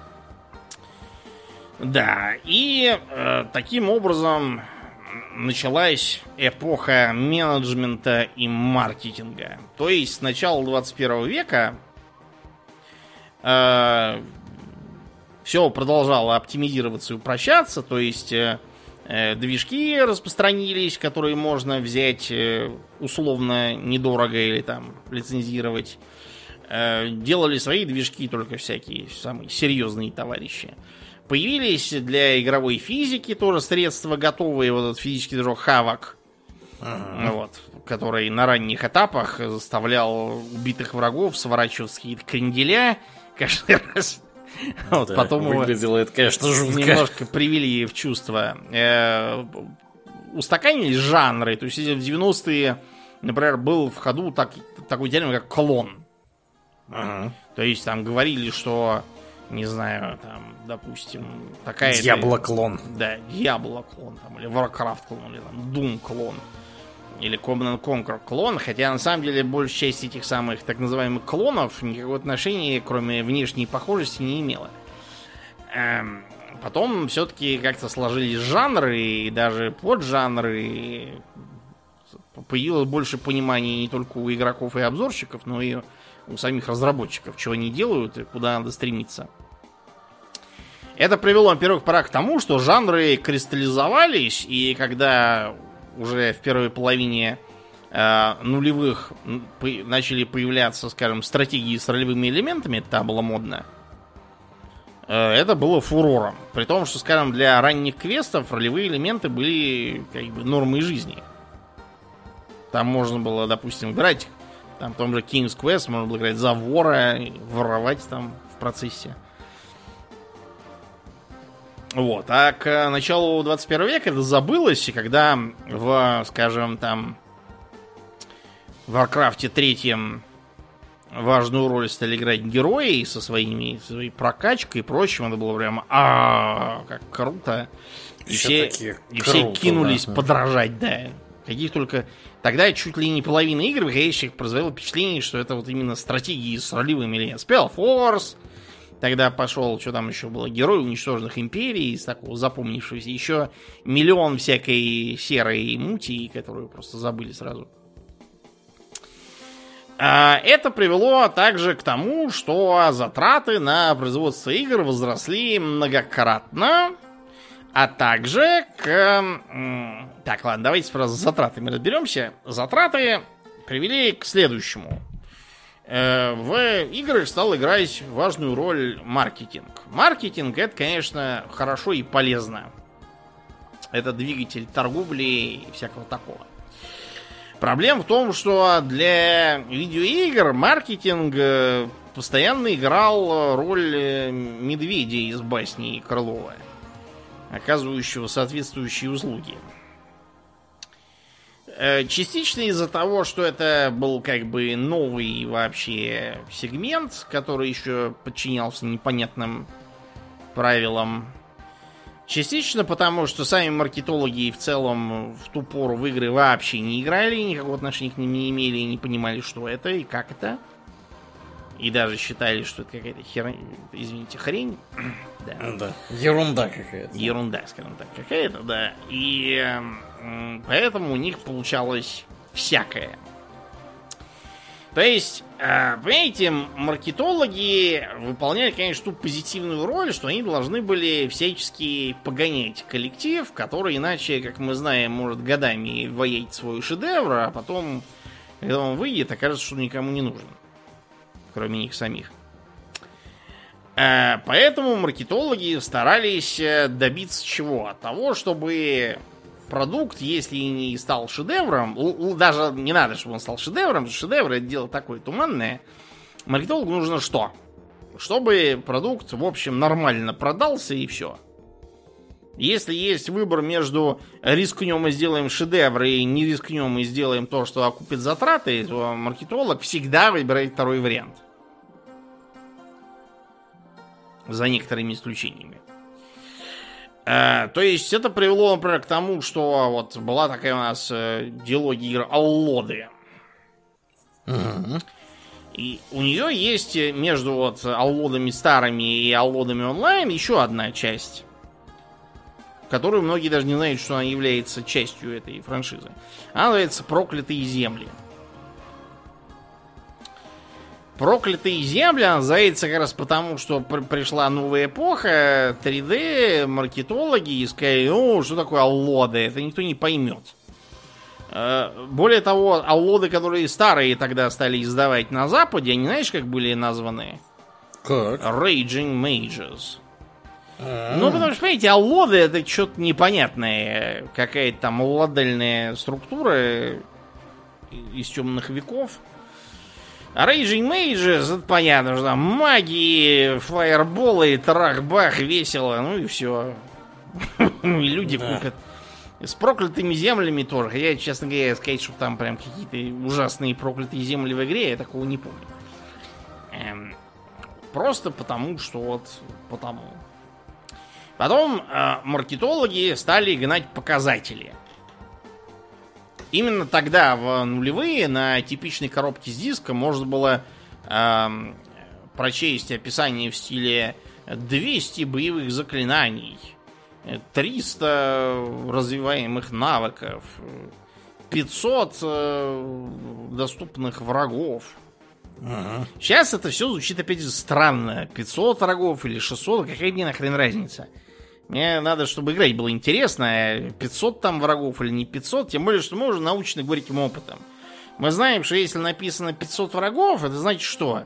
Да, и таким образом началась эпоха менеджмента и маркетинга. То есть с начала 21 века все продолжало оптимизироваться и упрощаться, то есть движки распространились, которые можно взять условно недорого или там лицензировать. Делали свои движки только всякие самые серьезные товарищи. Появились для игровой физики тоже средства готовые, вот этот физический движок Havok, вот, который на ранних этапах заставлял убитых врагов сворачивать какие-то кренделя каждый раз. Вот, да, потом выглядело это, конечно, жутко. Немножко привели в чувство. Устаканились жанры. То есть, если в 90-е, например, был в ходу такой термин, как клон. То есть, там говорили, что, не знаю, там, допустим, такая... Диабло-клон. Да, Диабло-клон, там, или Warcraft-клон, или там Doom-клон. Или Command Conquer клон, хотя на самом деле большая часть этих самых так называемых клонов никакого отношения, кроме внешней похожести, не имела. Потом все-таки как-то сложились жанры и даже поджанры, и появилось больше понимания не только у игроков и обзорщиков, но и у самих разработчиков, чего они делают и куда надо стремиться. Это привело на первых порах к тому, что жанры кристаллизовались, и когда уже в первой половине нулевых начали появляться, скажем, стратегии с ролевыми элементами, это было модно, это было фурором. При том, что, скажем, для ранних квестов ролевые элементы были как бы нормой жизни. Там можно было, допустим, играть, там в том же King's Quest можно было играть за вора, воровать там в процессе. Вот. А к началу 21 века это забылось, и когда в, скажем, там в Warcraft 3 важную роль стали играть герои со своей прокачкой и прочим, это было прямо как круто. И все кинулись подражать, да. Каких только... Тогда чуть ли не половина игр, выходящих, произвело впечатление, что это вот именно стратегии с ролевыми элементами. Spellforce. Тогда пошел, что там еще было, Герой уничтоженных империй, из такого запомнившегося. Еще миллион всякой серой мути, которую просто забыли сразу. Это привело также к тому, что затраты на производство игр возросли многократно, а также к... Так, ладно, давайте сразу с затратами разберемся. Затраты привели к следующему. В играх стал играть важную роль маркетинг. Маркетинг — это, конечно, хорошо и полезно. Это двигатель торговли и всякого такого. Проблема в том, что для видеоигр маркетинг постоянно играл роль медведя из басни Крылова, оказывающего соответствующие услуги. Частично из-за того, что это был как бы новый вообще сегмент, который еще подчинялся непонятным правилам. Частично потому, что сами маркетологи в целом в ту пору в игры вообще не играли, никакого отношения к ним не имели и не понимали, что это и как это. И даже считали, что это какая-то хрень. Да. Ерунда какая-то. Ерунда, скажем так, какая-то, да. И поэтому у них получалось всякое. То есть, понимаете, маркетологи выполняли, конечно, ту позитивную роль, что они должны были всячески погонять коллектив, который иначе, как мы знаем, может годами воять свой шедевр, а потом Когда он выйдет, окажется, что он никому не нужен. Кроме них самих. Поэтому маркетологи старались добиться чего? Того, чтобы продукт, если не стал шедевром, даже не надо, чтобы он стал шедевром, потому что шедевр — это дело такое туманное. Маркетологу нужно что? Чтобы продукт, в общем, нормально продался и все. Если есть выбор между рискнем и сделаем шедевр и не рискнем и сделаем то, что окупит затраты, то маркетолог всегда выбирает второй вариант. За некоторыми исключениями. То есть это привело, например, к тому, что вот была такая у нас диалогия игр Аллоды. И у нее есть между вот Аллодами старыми и Аллодами онлайн еще одна часть, которую многие даже не знают, что она является частью этой франшизы. Она называется «Проклятые земли». «Проклятые земли» она называется как раз потому, что пришла новая эпоха, 3D, маркетологи и сказали, ну, что такое Аллоды, это никто не поймет. Более того, Аллоды, которые старые тогда стали издавать на Западе, они знаешь, как были названы? Как? Raging Mages. Ну, потому что, понимаете, Аллоды — это что-то непонятное, какая-то там младельная структура из темных веков. А Raging Mages, это понятно, что там магии, фаерболы, трах-бах, весело, ну и все. И люди купят. С проклятыми землями тоже. Хотя, честно говоря, сказать, что там прям какие-то ужасные проклятые земли в игре, я такого не помню. Просто потому, что вот потому. Потом маркетологи стали гнать показатели. Именно тогда, в нулевые, на типичной коробке с диска можно было прочесть описание в стиле 200 боевых заклинаний, 300 развиваемых навыков, 500 доступных врагов. Сейчас это все звучит опять же странно. 500 врагов или 600, какая мне нахрен разница? Мне надо, чтобы играть было интересно, 500 там врагов или не 500, тем более, что мы уже научны горьким опытом. Мы знаем, что если написано 500 врагов, это значит что?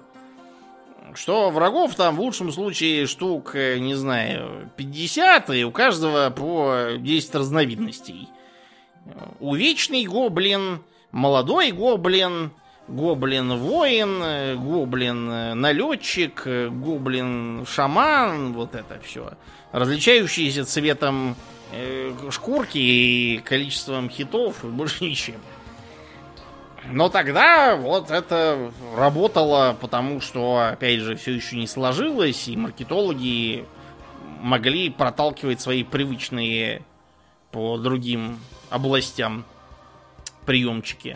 Что врагов там в лучшем случае штук, не знаю, 50, и у каждого по 10 разновидностей. Увечный гоблин, молодой гоблин, гоблин-воин, гоблин-налетчик, гоблин-шаман, вот это все. Различающиеся цветом шкурки и количеством хитов, и больше ничем. Но тогда вот это работало, потому что, опять же, все еще не сложилось, и маркетологи могли проталкивать свои привычные по другим областям приемчики.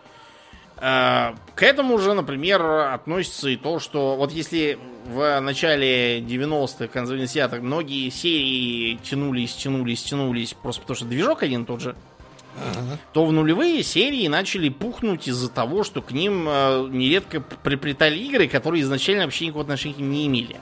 К этому же, например, относится и то, что вот если в начале 90-х, конце 80-х многие серии тянулись, просто потому что движок один тот же, то в нулевые серии начали пухнуть из-за того, что к ним нередко приплетали игры, которые изначально вообще никакого отношения к ним не имели.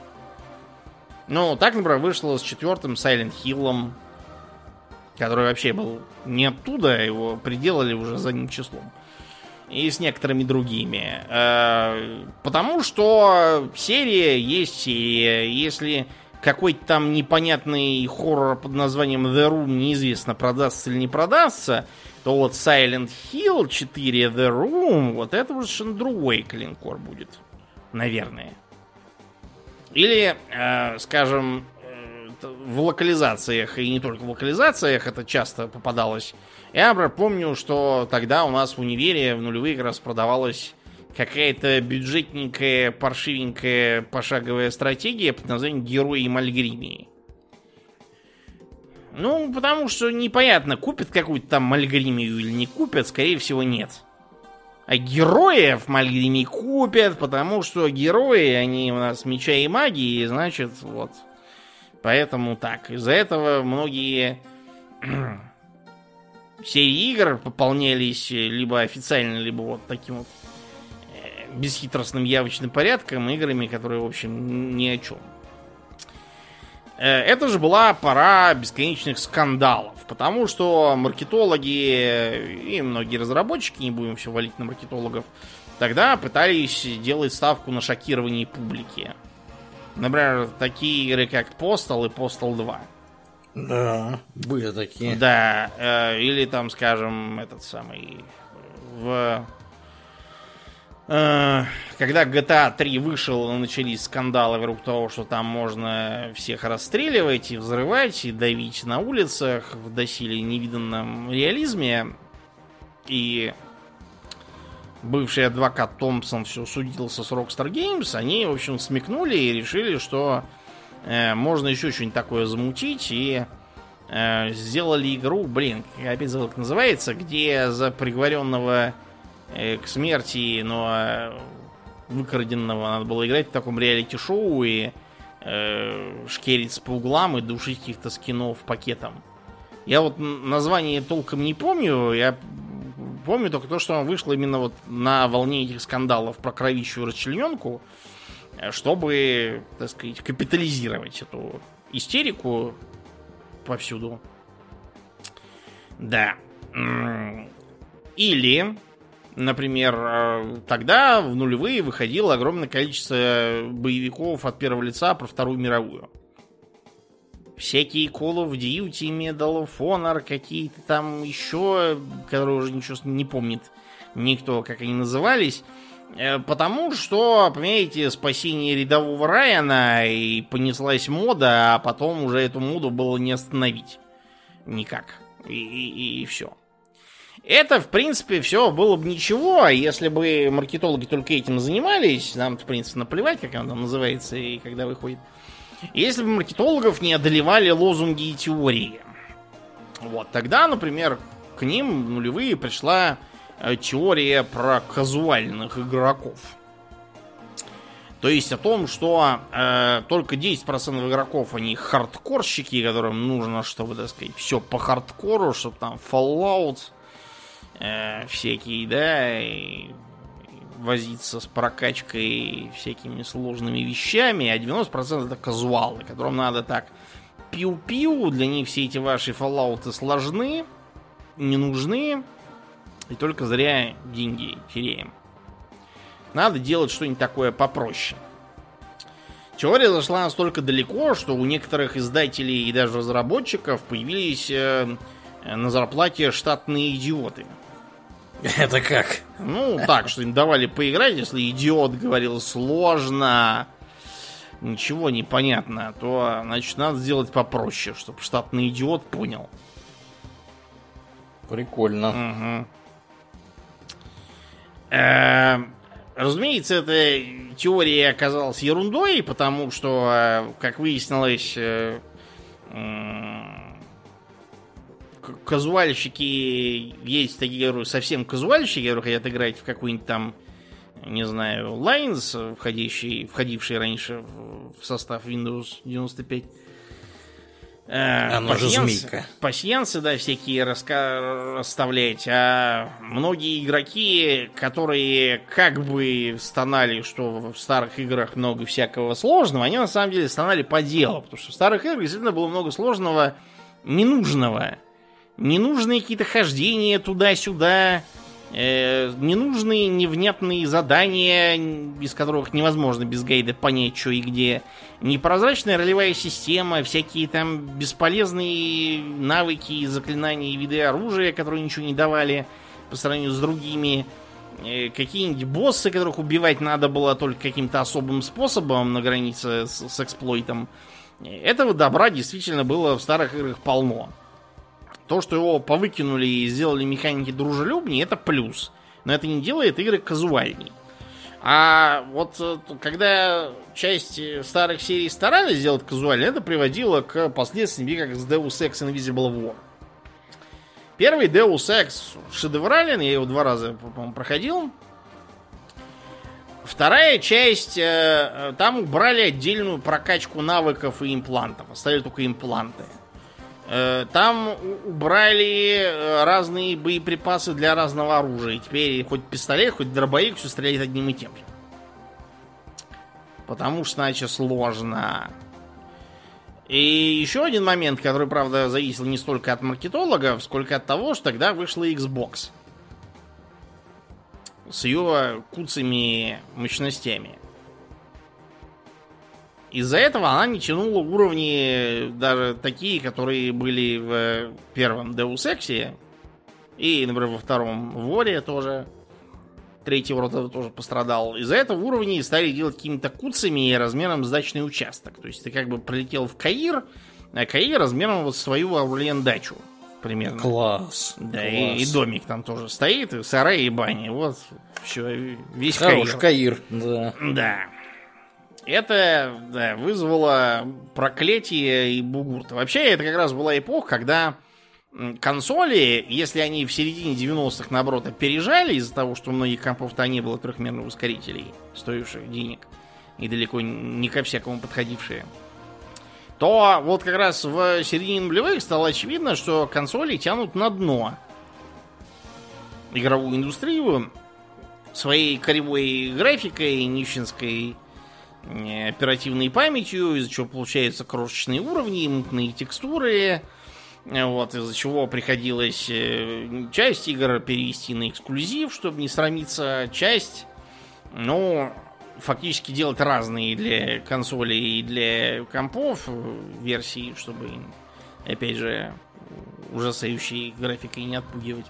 Ну, так, например, вышло с 4-м Silent Hill'ом, который вообще был не оттуда, его приделали уже задним числом. И с некоторыми другими. Потому что серия есть серия. Если какой-то там непонятный хоррор под названием The Room неизвестно, продастся или не продастся, то вот Silent Hill 4 The Room, вот это уже совершенно другой клинкор будет. Наверное. Или, скажем, в локализациях, и не только в локализациях, это часто попадалось. Я, например, помню, что тогда у нас в универе в нулевые как раз продавалась какая-то бюджетненькая, паршивенькая пошаговая стратегия под названием «Герои Мальгримии». Ну, потому что непонятно, купят какую-то там Мальгримию или не купят, скорее всего, нет. А героев Мальгримии купят, потому что герои, они у нас меча и магии, значит, вот. Поэтому так. Из-за этого многие серии игр пополнялись либо официально, либо вот таким вот бесхитростным явочным порядком играми, которые, в общем, ни о чем. это же была пора бесконечных скандалов, потому что маркетологи и многие разработчики, не будем все валить на маркетологов, тогда пытались делать ставку на шокирование публики. Например, такие игры, как Postal и Postal 2. Да, были такие. Да, или там, скажем, этот самый... Когда GTA 3 вышел, начались скандалы вокруг того, что там можно всех расстреливать и взрывать, и давить на улицах в доселе невиданном реализме. И бывший адвокат Томпсон все судился с Rockstar Games. Они, в общем, смекнули и решили, что можно еще что-нибудь такое замутить. И сделали игру, опять забыл, как называется, где за приговоренного к смерти, но выкраденного надо было играть в таком реалити-шоу и шкериться по углам и душить каких-то скинов пакетом. Я вот название толком не помню, я помню только то, что вышло именно вот на волне этих скандалов про кровищую расчлененку, чтобы, так сказать, капитализировать эту истерику повсюду. Да. Или... Например, тогда в нулевые выходило огромное количество боевиков от первого лица про Вторую мировую. Всякие Call of Duty, Medal of Honor, какие-то там еще, которые уже ничего не помнит никто, как они назывались. Потому что, понимаете, спасение рядового Райана, и понеслась мода, а потом уже эту моду было не остановить никак. И все. Это, в принципе, все было бы ничего, если бы маркетологи только этим занимались. Нам, в принципе, наплевать, как оно там называется и когда выходит. Если бы маркетологов не одолевали лозунги и теории. Вот, тогда, например, к ним в нулевые пришла теория про казуальных игроков. То есть о том, что только 10% игроков, они хардкорщики, которым нужно, чтобы, так сказать, все по хардкору, чтобы там Fallout... всякие, да, и возиться с прокачкой и всякими сложными вещами, а 90% это казуалы, которым надо так пиу-пиу, для них все эти ваши фоллауты сложны, не нужны, и только зря деньги теряем. Надо делать что-нибудь такое попроще. Теория зашла настолько далеко, что у некоторых издателей и даже разработчиков появились на зарплате штатные идиоты. Это как? Ну, так, что им давали поиграть, если идиот говорил сложно, ничего не понятно, то, значит, надо сделать попроще, чтобы штатный идиот понял. Прикольно. Угу. Разумеется, эта теория оказалась ерундой, потому что, как выяснилось, казуальщики, есть такие, говорю, совсем казуальщики, которые хотят играть в какой-нибудь там, не знаю, Lines, входивший раньше в состав Windows 95. Оно же змейка. Пасьянсы, да, всякие расставлять. А многие игроки, которые как бы стонали, что в старых играх много всякого сложного, они на самом деле стонали по делу. Потому что в старых играх действительно было много сложного, ненужного. Ненужные какие-то хождения туда-сюда, ненужные невнятные задания, из которых невозможно без гайда понять, что и где. Непрозрачная ролевая система, всякие там бесполезные навыки, заклинания и виды оружия, которые ничего не давали по сравнению с другими. Какие-нибудь боссы, которых убивать надо было только каким-то особым способом на границе с эксплойтом. Этого добра действительно было в старых играх полно. То, что его повыкинули и сделали механики дружелюбнее, это плюс. Но это не делает игры казуальней. А вот когда часть старых серий старались сделать казуальной, это приводило к последствиям, как с Deus Ex Invisible War. Первый Deus Ex шедеврален, я его 2 раза, по-моему, проходил. Вторая часть, там убрали отдельную прокачку навыков и имплантов. Оставили только импланты. Там убрали разные боеприпасы для разного оружия. И теперь хоть пистолет, хоть дробовик, все стреляет одним и тем же. Потому что, значит, сложно. И еще один момент, который, правда, зависел не столько от маркетологов, сколько от того, что тогда вышла Xbox. С ее куцами мощностями. Из-за этого она не тянула уровни даже такие, которые были в первом Deus Ex. И, например, во втором Воре тоже. Третий Ворот тоже пострадал. Из-за этого уровни стали делать какими-то куцами размером с дачный участок. То есть ты как бы прилетел в Каир, а Каир размером вот свою Аурлиен-дачу. Примерно. Класс. Да, класс. И домик там тоже стоит, и сарай, и бани. Вот, все, весь Хороший Каир. да. Да. Это, да, вызвало проклятие и бугурт. Вообще, это как раз была эпоха, когда консоли, если они в середине 90-х, наоборот, опережали из-за того, что у многих компов-то не было трехмерных ускорителей, стоивших денег, и далеко не ко всякому подходившие, то вот как раз в середине нулевых стало очевидно, что консоли тянут на дно игровую индустрию своей кривой графикой, нищенской оперативной памятью, из-за чего получаются крошечные уровни, мутные текстуры, вот, из-за чего приходилось часть игр перевести на эксклюзив, чтобы не срамиться, часть, ну, фактически делать разные для консолей и для компов версии, чтобы, опять же, ужасающей графикой не отпугивать.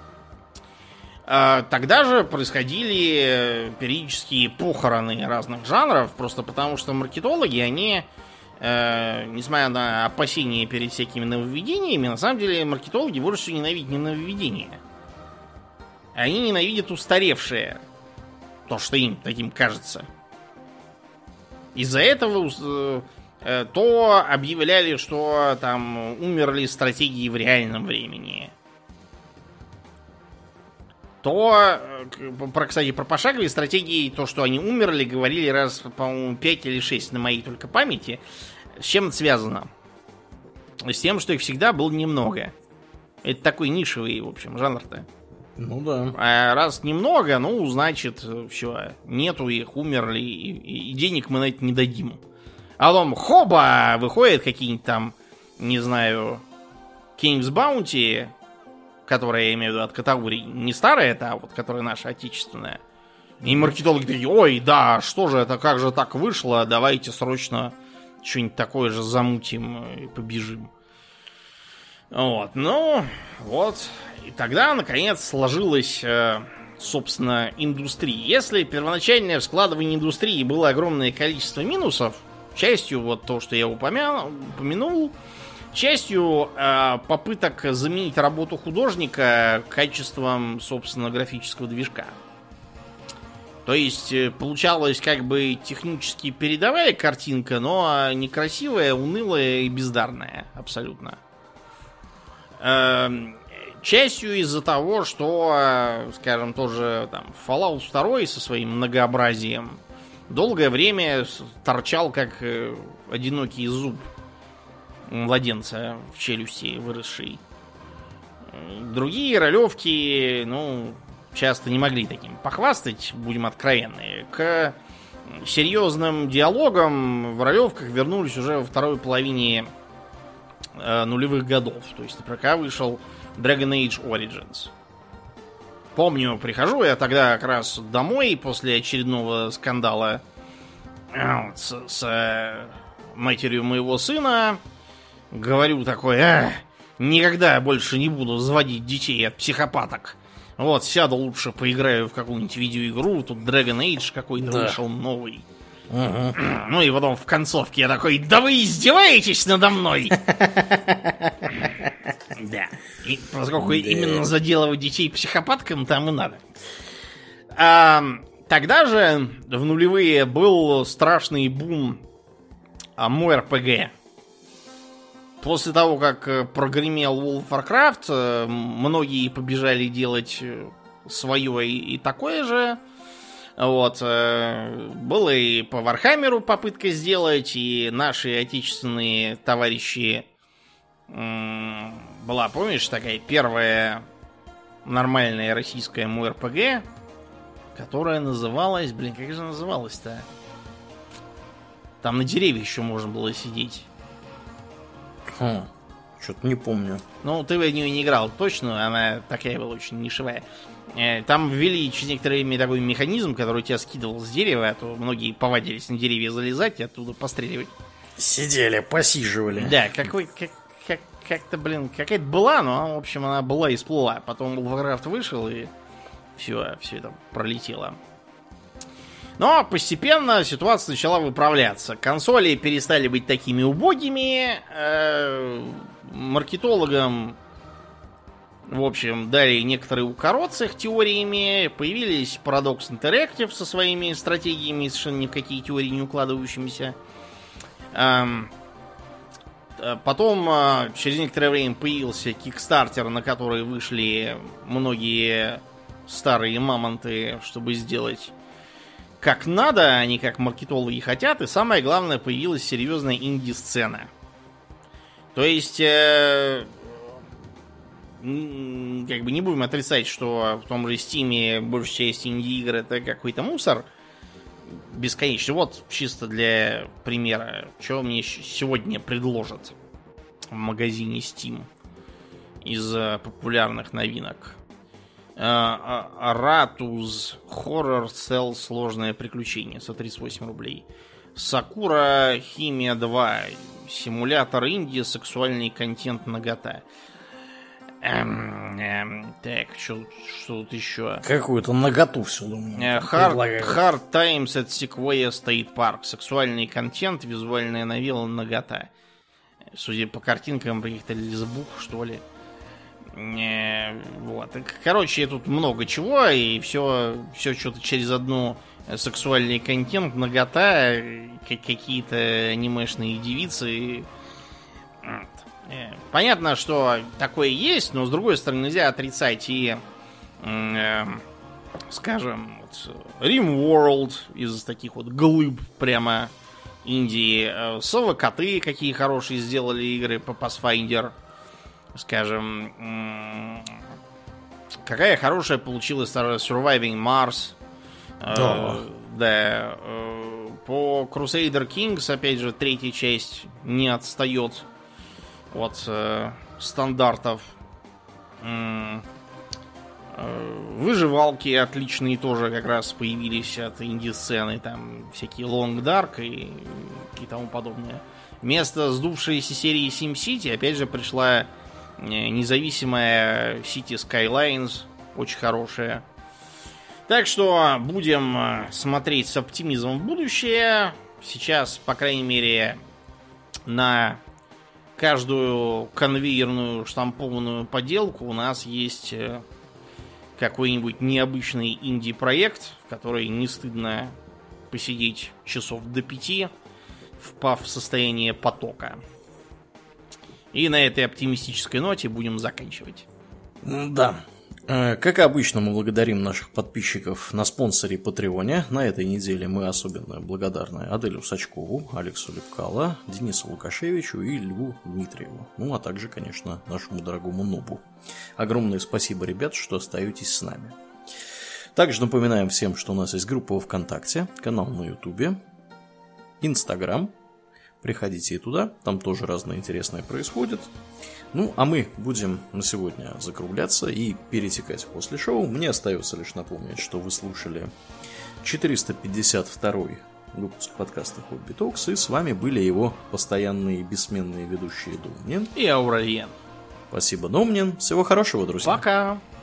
Тогда же происходили периодические похороны разных жанров, просто потому что маркетологи, они, несмотря на опасения перед всякими нововведениями, на самом деле маркетологи больше всего ненавидят не нововведения. Они ненавидят устаревшее. То, что им таким кажется. Из-за этого то объявляли, что там умерли стратегии в реальном времени. То, кстати, про пошаговые стратегии, то, что они умерли, говорили раз, по-моему, 5 или 6 на моей только памяти. С чем это связано? С тем, что их всегда было немного. Это такой нишевый, в общем, жанр-то. Ну да. А раз немного, ну, значит, все, нету их, умерли, и денег мы на это не дадим. А потом, хоба, выходят какие-нибудь там, не знаю, King's Bounty, которая, я имею в виду, от Катаури, не старая это, а вот которая наша отечественная. И маркетологи такие: ой, да, что же это, как же так вышло, давайте срочно что-нибудь такое же замутим и побежим. Вот, ну, вот. И тогда, наконец, сложилась, собственно, индустрия. Если первоначальное складывание индустрии было огромное количество минусов, частью вот то, что я упомянул, частью попыток заменить работу художника качеством, собственно, графического движка. То есть получалась как бы технически передовая картинка, но некрасивая, унылая и бездарная абсолютно. Частью из-за того, что, скажем, тоже там Fallout 2 со своим многообразием долгое время торчал как одинокий зуб младенца в челюсти выросший. Другие ролевки, ну, часто не могли таким похвастать, будем откровенны. К серьезным диалогам в ролевках вернулись уже во второй половине нулевых годов. То есть, пока вышел Dragon Age Origins. Помню, прихожу я тогда как раз домой после очередного скандала с матерью моего сына. Говорю такой: никогда больше не буду заводить детей от психопаток. Вот, сяду лучше, поиграю в какую-нибудь видеоигру. Тут Dragon Age какой-то вышел новый. Угу. Ну и потом в концовке я такой: да вы издеваетесь надо мной! Да. И поскольку именно заделывать детей психопаткам там и надо. Тогда же, в нулевые, был страшный бум МОРПГ. После того, как прогремел World of Warcraft, многие побежали делать свое и такое же. Вот. Было и по Вархаммеру попытка сделать, и наши отечественные товарищи... Была, помнишь, такая первая нормальная российская МОРПГ, которая называлась... Блин, как же называлась-то? Там на деревьях еще можно было сидеть. Что-то не помню. Ну, ты в нее не играл точно, она такая была очень нишевая. Там ввели через некоторое время такой механизм, который тебя скидывал с дерева, а то многие повадились на деревья залезать и оттуда постреливать. Сидели, посиживали. Да, как-то, блин, какая-то была, но, в общем, она была и всплыла. Потом Warcraft вышел, и все это пролетело. Но постепенно ситуация начала выправляться. Консоли перестали быть такими убогими. Маркетологам, в общем, дали некоторые укорот с их теориями. Появились Paradox Interactive со своими стратегиями, совершенно ни в какие теории не укладывающимися. Потом, через некоторое время, появился Kickstarter, на который вышли многие старые мамонты, чтобы сделать как надо, а не как маркетологи хотят. И самое главное, появилась серьезная инди-сцена. То есть, как бы не будем отрицать, что в том же Steam большая часть инди-игр это какой-то мусор бесконечный. Вот чисто для примера, что мне сегодня предложат в магазине Steam из популярных новинок. Ratus Horror Cell Сложное приключение за 38 рублей. Sakura Химия 2. Симулятор инди, сексуальный контент нагота. Так, что тут еще? Какую-то наготу все думаю. Hard Times at Sequoia State Park. Сексуальный контент, визуальная новелла нагота. Судя по картинкам, каких-то лесбух, что ли. Вот. Короче, тут много чего, и все что-то через одну сексуальный контент, нагота, какие-то анимешные девицы. Понятно, что такое есть, но с другой стороны нельзя отрицать и, скажем, RimWorld из таких вот глыб прямо Индии. Совокоты какие хорошие сделали игры по Pathfinder. Скажем, какая хорошая получилась Surviving Mars. Да. По Crusader Kings, опять же, третья часть не отстает от стандартов. Выживалки отличные тоже как раз появились от инди-сцены. Там всякие Long Dark и тому подобное. Вместо сдувшейся серии SimCity опять же пришла независимая City Skylines. Очень хорошая. Так что будем смотреть с оптимизмом в будущее. Сейчас, по крайней мере, на каждую конвейерную штампованную поделку у нас есть какой-нибудь необычный инди-проект, в который не стыдно посидеть часов до 5, впав в состояние потока. И на этой оптимистической ноте будем заканчивать. Да. Как обычно, мы благодарим наших подписчиков на спонсоре Патреоне. На этой неделе мы особенно благодарны Аделю Сачкову, Алексу Лепкало, Денису Лукашевичу и Льву Дмитриеву. Ну, а также, конечно, нашему дорогому Нобу. Огромное спасибо, ребят, что остаетесь с нами. Также напоминаем всем, что у нас есть группа во ВКонтакте, канал на Ютубе, Инстаграм. Приходите и туда, там тоже разное интересное происходит. Ну, а мы будем на сегодня закругляться и перетекать после шоу. Мне остается лишь напомнить, что вы слушали 452-й выпуск подкаста Hobby Talks, и с вами были его постоянные бессменные ведущие Домнин и Аурельен. Спасибо, Домнин. Всего хорошего, друзья. Пока.